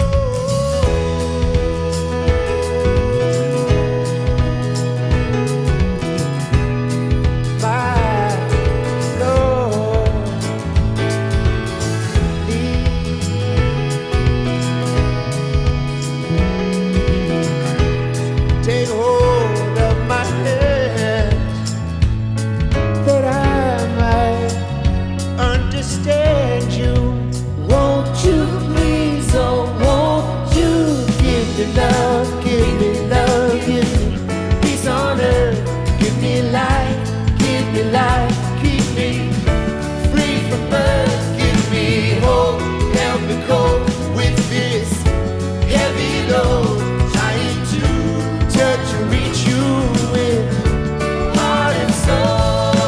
Love, give me love, give me peace on earth, give me life, keep me free from birth, give me hope, help me cope with this heavy load, trying to touch and reach you with heart and soul.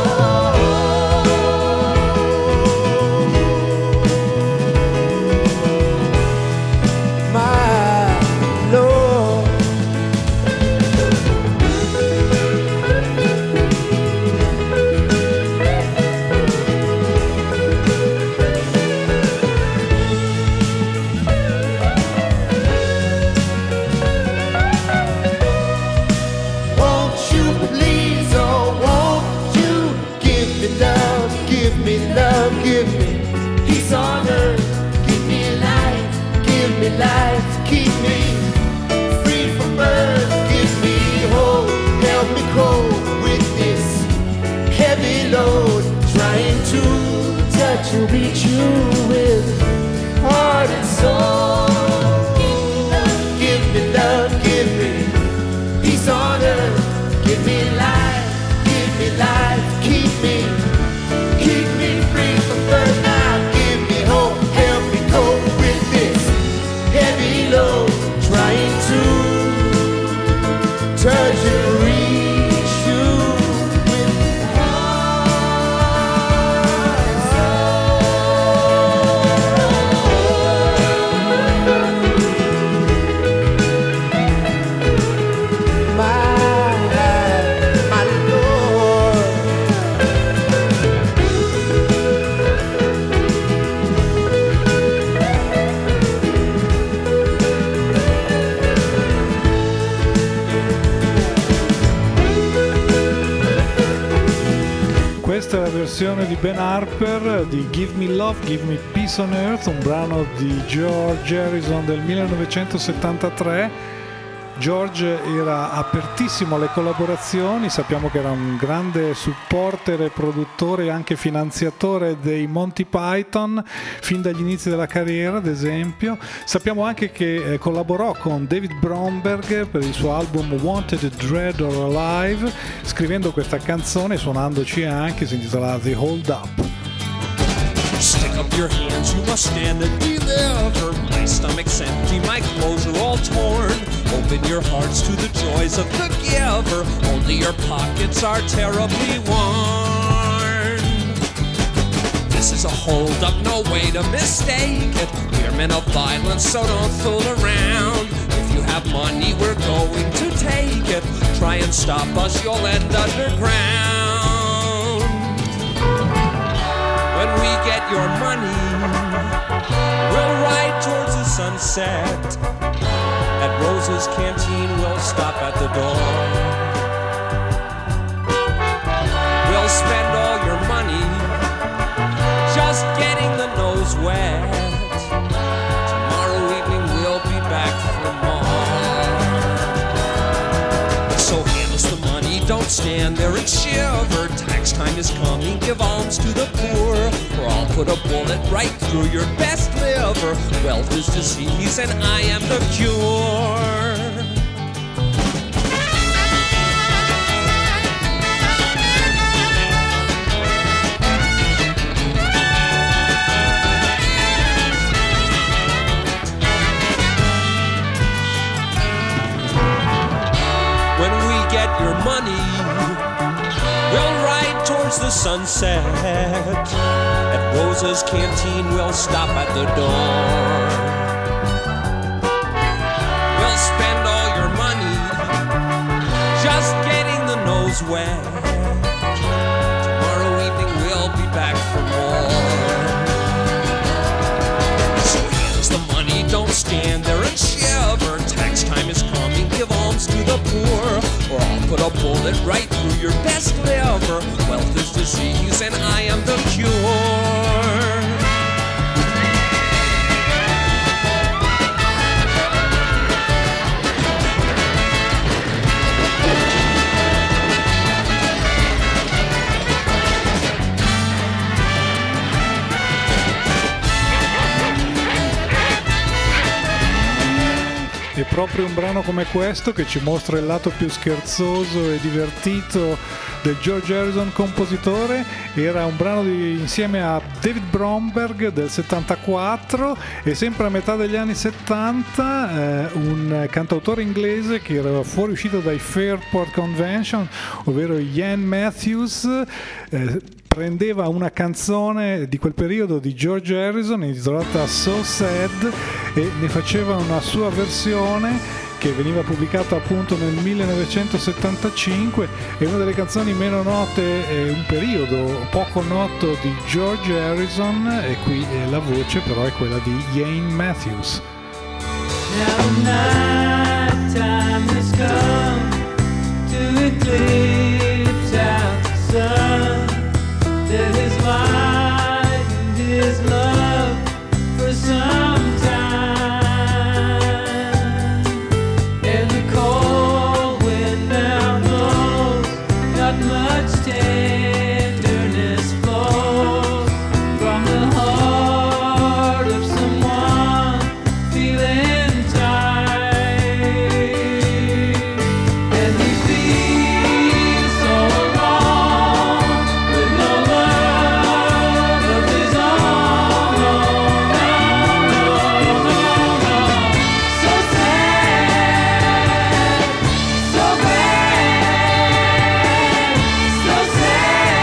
Life, keep me free from birth, give me hope, help me cope with this heavy load, trying to touch and reach you with heart and soul. Give me love, give me peace on earth, give me life, keep me free from birth. Now give me hope, help me cope with this heavy load, trying to touch and reach you with heart and soul. My Lord. Questa è la versione di Ben Harper di Give Me Love, Give Me Peace on Earth, un brano di George Harrison del 1973. George era apertissimo alle collaborazioni, sappiamo che era un grande supporter e produttore e anche finanziatore dei Monty Python fin dagli inizi della carriera, ad esempio. Sappiamo anche che collaborò con David Bromberg per il suo album Wanted, Dread or Alive, scrivendo questa canzone e suonandoci anche, si intitola The Hold Up. Stick up your hands, you must stand and deliver. My stomach's empty, my clothes are all torn. Open your hearts to the joys of the giver. Only your pockets are terribly worn. This is a hold up, no way to mistake it. We're men of violence, so don't fool around. If you have money, we're going to take it. Try and stop us, you'll end underground. When we get your money, we'll ride towards the sunset. At Rose's Canteen, we'll stop at the door. We'll spend all your money just getting the nose wet. Tomorrow evening, we'll be back for more. stand there and shiver. Tax time is coming, give alms to the poor, or I'll put a bullet right through your best liver. Wealth is disease and I am the cure. When we get your money, we'll ride towards the sunset. At Rosa's Canteen, we'll stop at the door. We'll spend all your money just getting the nose wet. Tomorrow evening, we'll be back for more. So here's the money, don't stand there and shiver. Tax time is coming, give alms to the poor, or I'll put a bullet right through your best liver. Wealth is disease and I am the cure. È proprio un brano come questo che ci mostra il lato più scherzoso e divertito del George Harrison compositore. Era un brano insieme a David Bromberg del 74 e sempre a metà degli anni 70 un cantautore inglese che era fuoriuscito dai Fairport Convention, ovvero Ian Matthews, prendeva una canzone di quel periodo di George Harrison intitolata So Sad e ne faceva una sua versione che veniva pubblicata appunto nel 1975. È una delle canzoni meno note, è un periodo poco noto di George Harrison, e qui la voce però è quella di Ian Matthews. Now night time has come to eclipse out the sun that has lightened his love for some time, and the cold wind now blows, not much tenderness flows from the heart of someone feeling tired, and he feels so alone with no love of his own. So sad, so bad, so sad.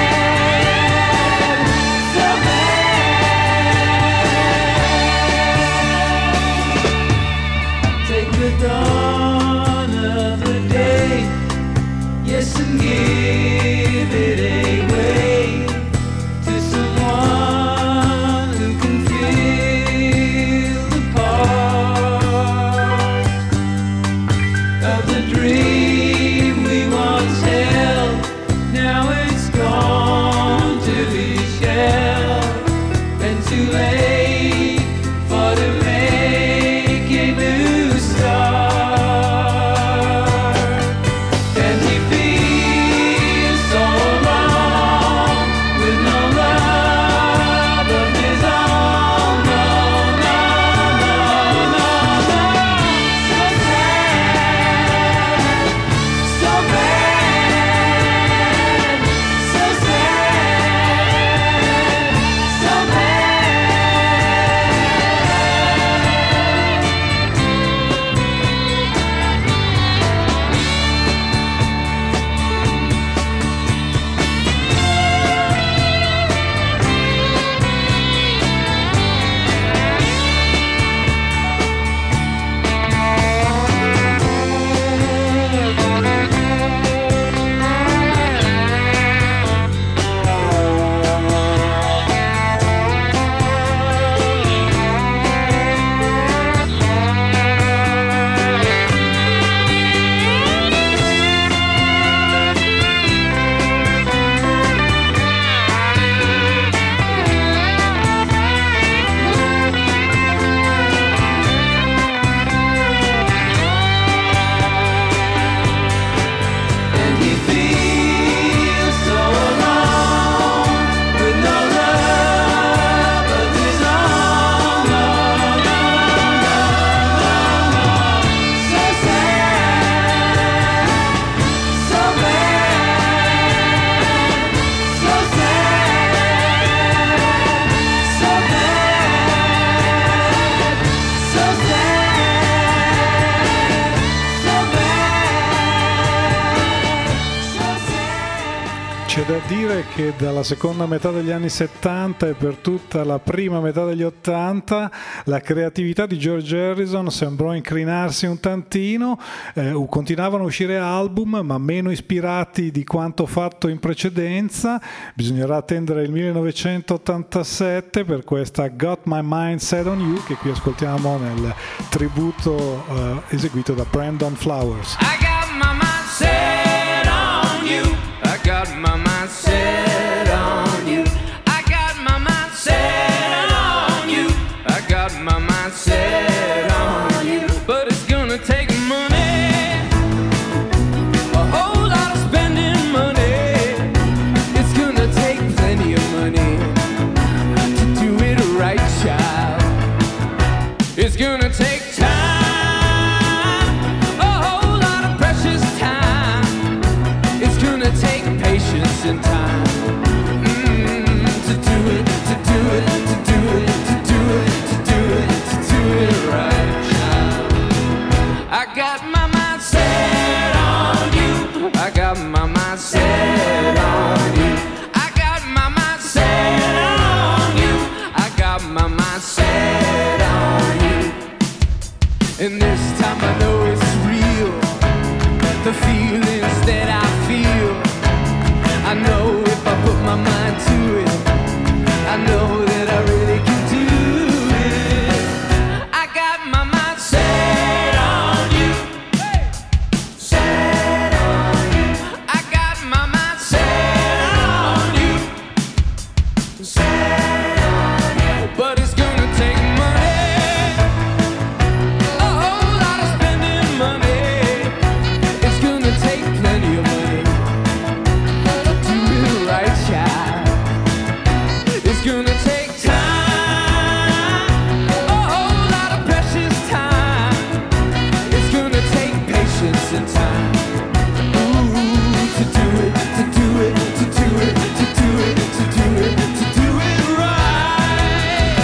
C'è da dire che dalla seconda metà degli anni 70 e per tutta la prima metà degli 80 la creatività di George Harrison sembrò incrinarsi un tantino, continuavano a uscire album ma meno ispirati di quanto fatto in precedenza. Bisognerà attendere il 1987 per questa Got My Mind Set On You, che qui ascoltiamo nel tributo eseguito da Brandon Flowers. I got my mind set on you. I got my mind set on you. I got my mind set on you. I got my mind set on you. But it's gonna take money, a whole lot of spending money. It's gonna take plenty of money to do it right, child. It's gonna take time. Patience and time to do it, to do it, to do it, to do it, to do it, to do it right. I got my mind set on you. I got my mind set on you. I got my mind set on you. I got my mind set on you. And this time I know it's real. The feelings that I feel, I know if I put my mind to it, I know that I really can do it. I got my mind set on you. Set on you. I got my mind set on you. Set on you. But it's gonna take money, a whole lot of spending money. It's gonna take plenty of money. It's gonna take time, a whole lot of precious time. It's gonna take patience and time. Ooh, to do it, to do it, to do it, to do it, to do it, to do it right.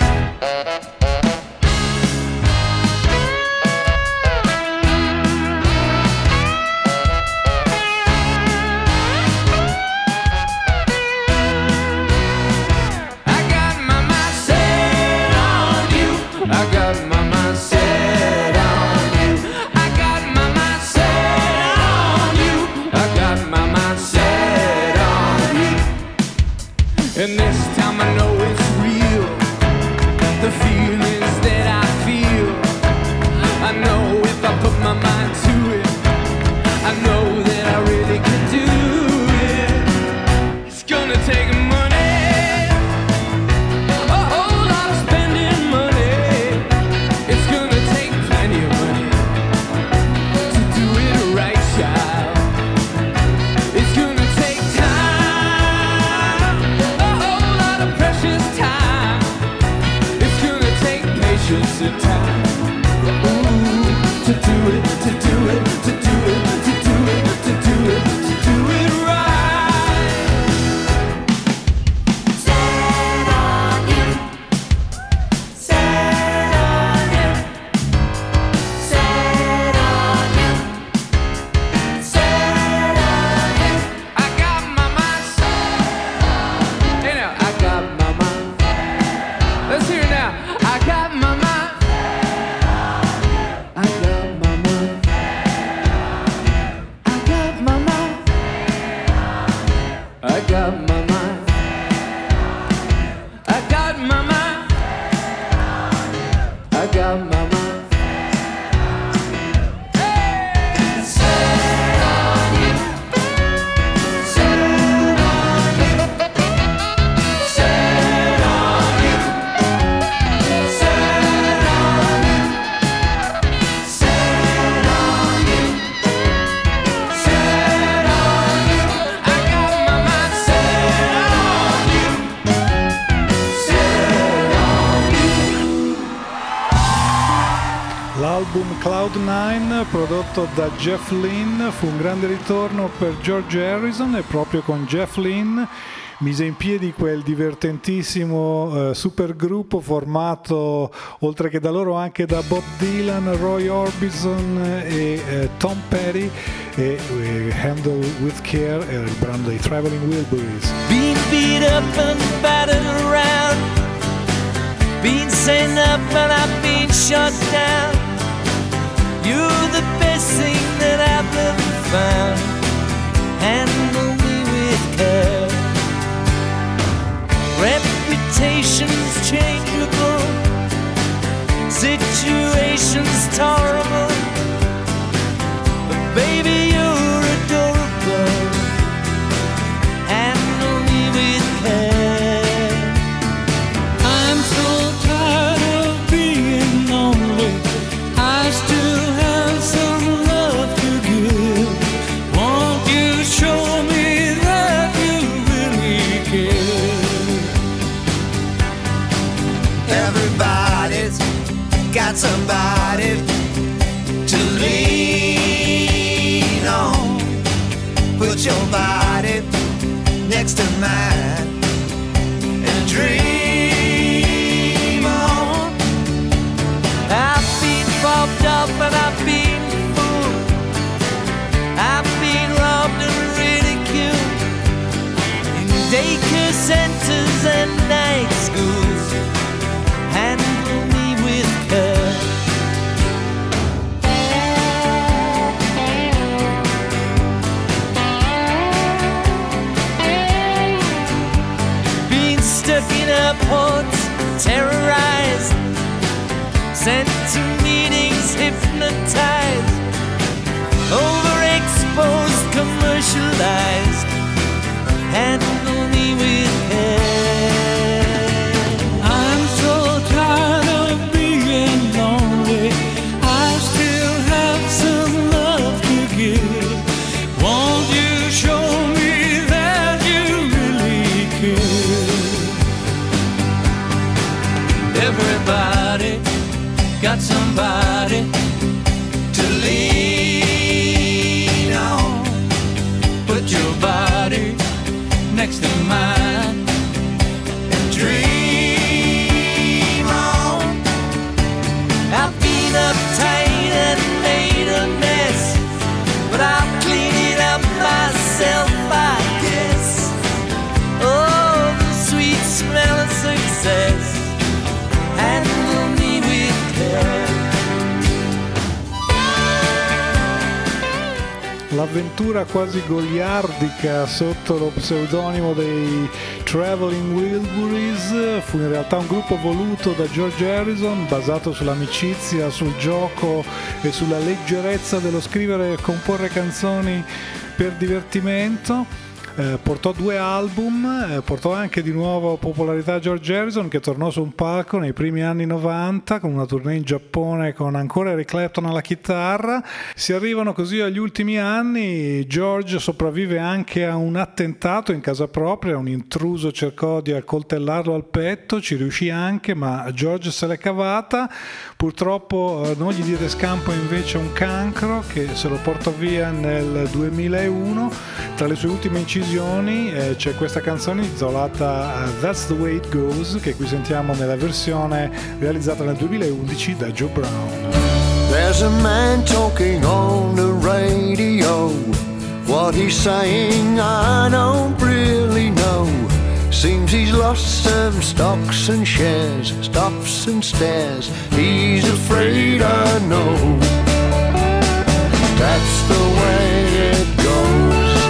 I got my mind set on you. I got my mind set on you. I got my mind set on you. I got my mind set on you. And this time I know it's real. The feelings that I feel, I know if I put my mind to it, I know that I really can do it. It's gonna take money, a whole lot of spending money. It's gonna take plenty of money to do it right, child. It's gonna take time, a whole lot of precious time. It's gonna take patience and time. Ooh, to do it, to do it, to do it, to do it, to do it, to do it right. Set on you. Set on you. Set on you. Set on you. I got my mind set. Hey now, I got my mind. Let's hear it now. I got my mind. I got my mind. I got my mind. I got my mind. I got my mind. I got my mind. Hey! Set on you. Set on you. Set on you. Set on you. Set on you. Set on you. I got my mind set on you. Set on you. L'album Cloud9, prodotto da Jeff Lynne, fu un grande ritorno per George Harrison, e proprio con Jeff Lynne mise in piedi quel divertentissimo supergruppo formato oltre che da loro anche da Bob Dylan, Roy Orbison e Tom Petty, e Handle With Care era il brano dei Traveling Wilburys. Being beat up and battered around, been sent up and I've been shut down. You're the best thing that I've ever found. Handle me with care. Reputation's changeable, situation's tolerable, but baby you're adorable. Handle me with care. I'm so tired of being lonely. I still have some love to give. Won't you show me that you really care? Everybody's got somebody to lean on. Put your body next to mine and dream on. I've been bobbed up and I've been fooled. I've been robbed and ridiculed in daycare centers and night schools. Handle me with care. Been stuck in airports, terrorized, sent to meetings, hypnotized, overexposed, commercialized. Handle me with care. I'm so tired of being lonely. I still have some love to give. Won't you show me that you really care? Everybody got somebody to lean on. put your body next to mine and dream on. I've been uptight and made a mess, but I'll clean it up myself, I guess. Oh, the sweet smell of success. Handle me with care. L'avventura quasi goliardica sotto lo pseudonimo dei Traveling Wilburys fu in realtà un gruppo voluto da George Harrison, basato sull'amicizia, sul gioco e sulla leggerezza dello scrivere e comporre canzoni per divertimento. Portò 2 album, portò anche di nuovo popolarità George Harrison, che tornò su un palco nei primi anni 90 con una tournée in Giappone con ancora Eric Clapton alla chitarra. Si arrivano così agli ultimi anni. George sopravvive anche a un attentato in casa propria, un intruso cercò di accoltellarlo al petto, ci riuscì anche, ma George se l'è cavata. Purtroppo non gli diede scampo invece un cancro che se lo portò via nel 2001. Tra le sue ultime incisioni c'è questa canzone intitolata That's the Way It Goes, che qui sentiamo nella versione realizzata nel 2011 da Joe Brown. There's a man talking on the radio. What he's saying I don't really know. Seems he's lost some stocks and shares, stops and stares. He's afraid I know. That's the way it goes.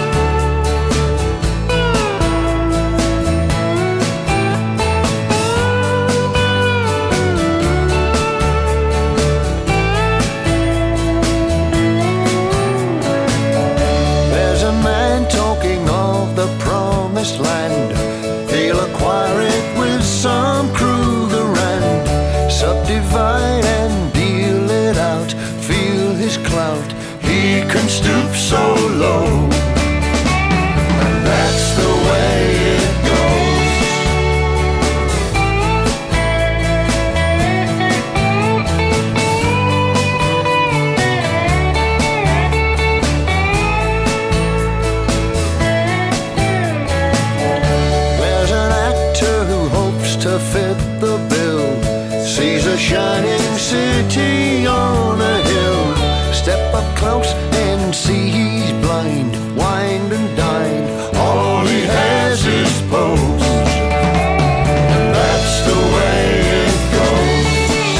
Land. He'll acquire it with some Krugerrand, subdivide and deal it out, feel his clout, he can stoop so low, and that's the way it exposed. And that's the way it goes.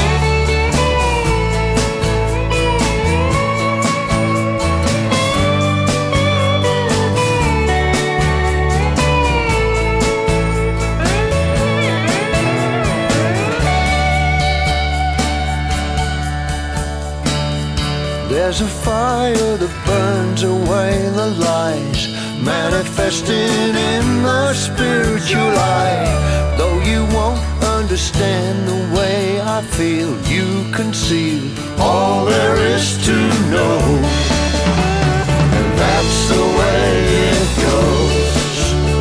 There's a fire that burns away the lies, manifesting in the spiritual eye. Though you won't understand the way I feel, you conceal all there is to know. And that's the way it goes.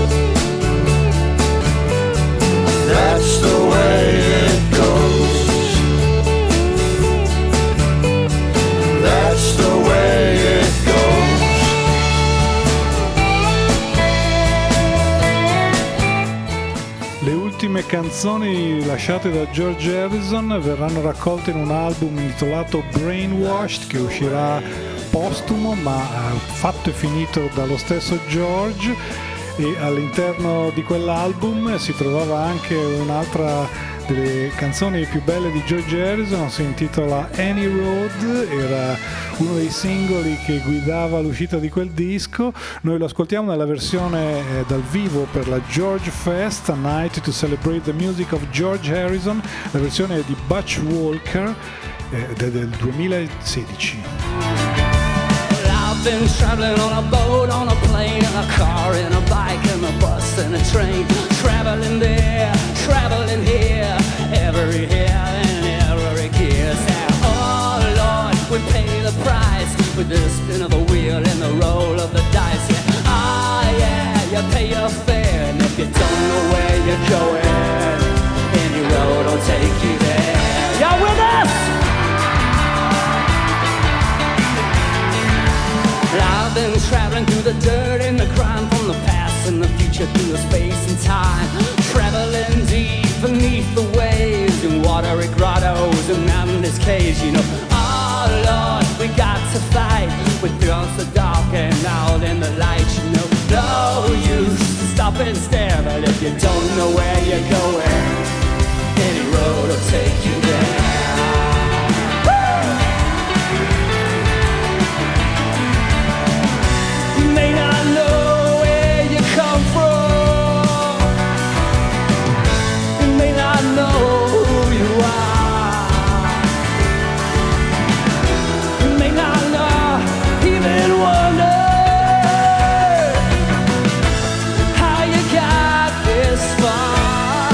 That's the way it goes. That's the way it goes. Le ultime canzoni lasciate da George Harrison verranno raccolte in un album intitolato Brainwashed, che uscirà postumo ma fatto e finito dallo stesso George, e all'interno di quell'album si trovava anche un'altra delle canzoni più belle di George Harrison, si intitola Any Road, era uno dei singoli che guidava l'uscita di quel disco. Noi lo ascoltiamo nella versione dal vivo per la George Fest, A Night to Celebrate the Music of George Harrison, la versione di Butch Walker del 2016. I've been traveling on a boat, on a plane, in a car, in a bike, in a bus, in a train, traveling there, traveling here, every here and every gear. Say, oh Lord, we pay the price with the spin of the wheel and the roll of the dice. Yeah, ah yeah, you pay your fare, and if you don't know where you're going, any road will take you there. Y'all with us? I've been traveling through the dirt and the grime, from the past and the future, through the space and time, traveling deep beneath the waves, in watery grottos and mountainous caves. You know, oh Lord, we got to fight with throughout the dark and out in the light. You know, no use to stop and stare, but if you don't know where you're going, any road will take you there. May not know where you come from, you may not know who you are, you may not know, even wonder how you got this far.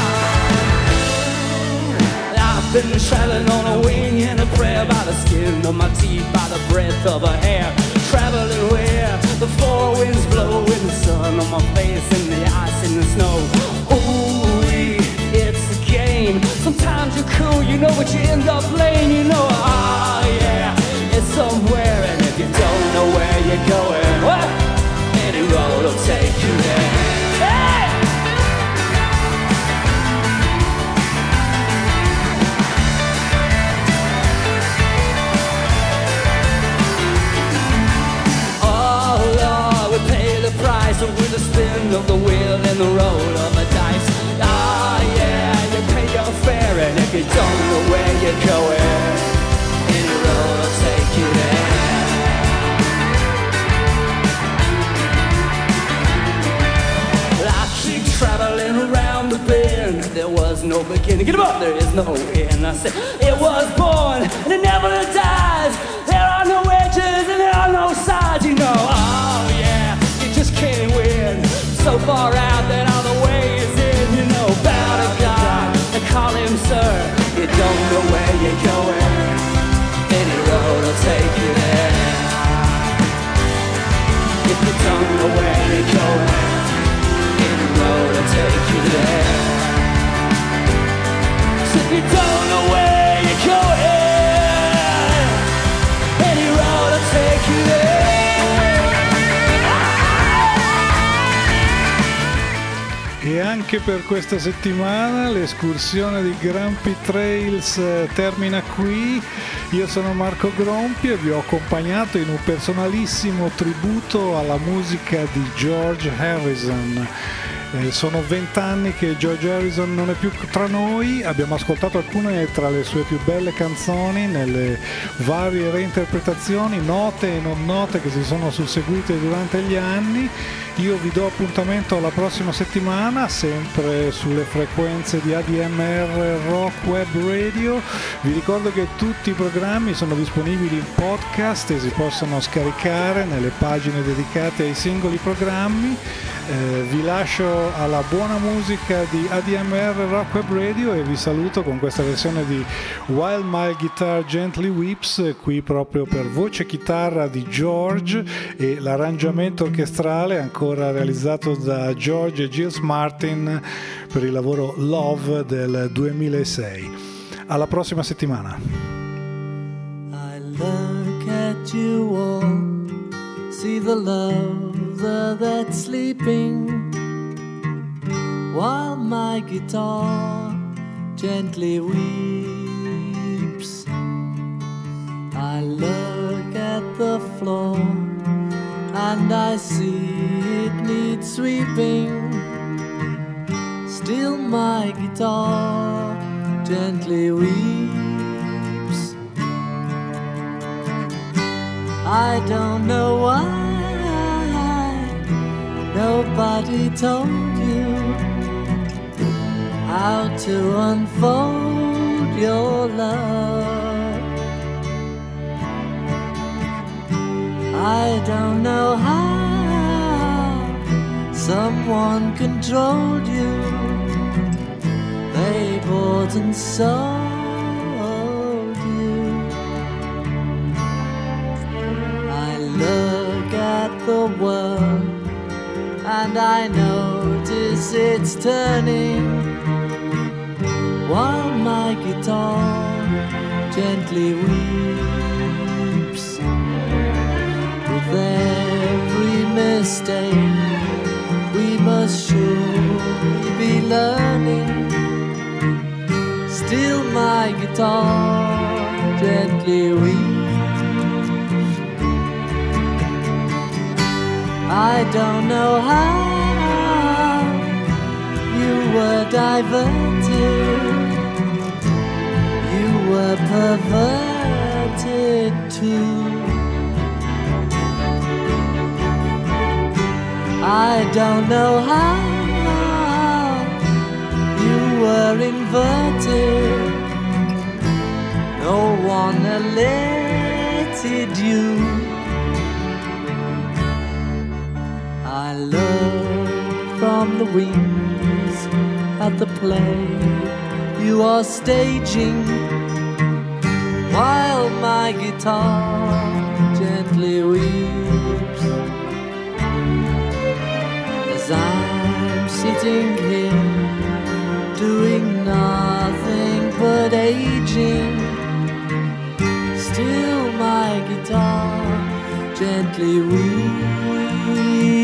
I've been traveling on a wing and a prayer, by the skin of my teeth, by the breadth of a hair, traveling where the four winds blow, in the sun on my face, in the ice, in the snow. Ooh, it's a game. Sometimes you're cool, you know, but you end up lame. You know, ah, yeah, it's somewhere, and if you don't know where you're going, what? Any road will take you there. Hey! With the spin of the wheel and the roll of a dice. Ah yeah, you pay your fare, and if you don't know where you're going, any road will take you there. I keep traveling around the bend, there was no beginning. Get 'em up, there is no end. I said it was born and it never dies. There are no edges and there are no sides. You know, oh yeah, just can't win. So far out that all the way is in. You know, bow to God and call him sir. You don't know where you're going, any road will take you there. If you don't know where you're going, any road will take you there. So if you don't know where you're going, any road will take you there. E anche per questa settimana l'escursione di Grumpy Trails termina qui. Io sono Marco Grompi e vi ho accompagnato in un personalissimo tributo alla musica di George Harrison. Sono 20 anni che George Harrison non è più tra noi, abbiamo ascoltato alcune tra le sue più belle canzoni nelle varie reinterpretazioni, note e non note, che si sono susseguite durante gli anni. Io vi do appuntamento la prossima settimana, sempre sulle frequenze di ADMR Rock Web Radio. Vi ricordo che tutti i programmi sono disponibili in podcast e si possono scaricare nelle pagine dedicate ai singoli programmi. Vi lascio alla buona musica di ADMR Rock Web Radio e vi saluto con questa versione di While My Guitar Gently Weeps, qui proprio per voce e chitarra di George e l'arrangiamento orchestrale ancora realizzato da George e Giles Martin per il lavoro Love del 2006. Alla prossima settimana. I look at you all, see the lover that's sleeping, while my guitar gently weeps. I look at the floor and I see it needs sweeping, still my guitar gently weeps. I don't know why nobody told you how to unfold your love. I don't know how someone controlled you. They bought and sold you. I look at the world and I notice it's turning, while my guitar gently weeps. With every mistake we must surely be learning, still my guitar gently weeps. I don't know how you were diverted, you were perverted too. I don't know how you were inverted, no one alerted you. I look from the wings at the play you are staging, while my guitar gently weeps. As I'm sitting here doing nothing but aging, still my guitar gently weeps.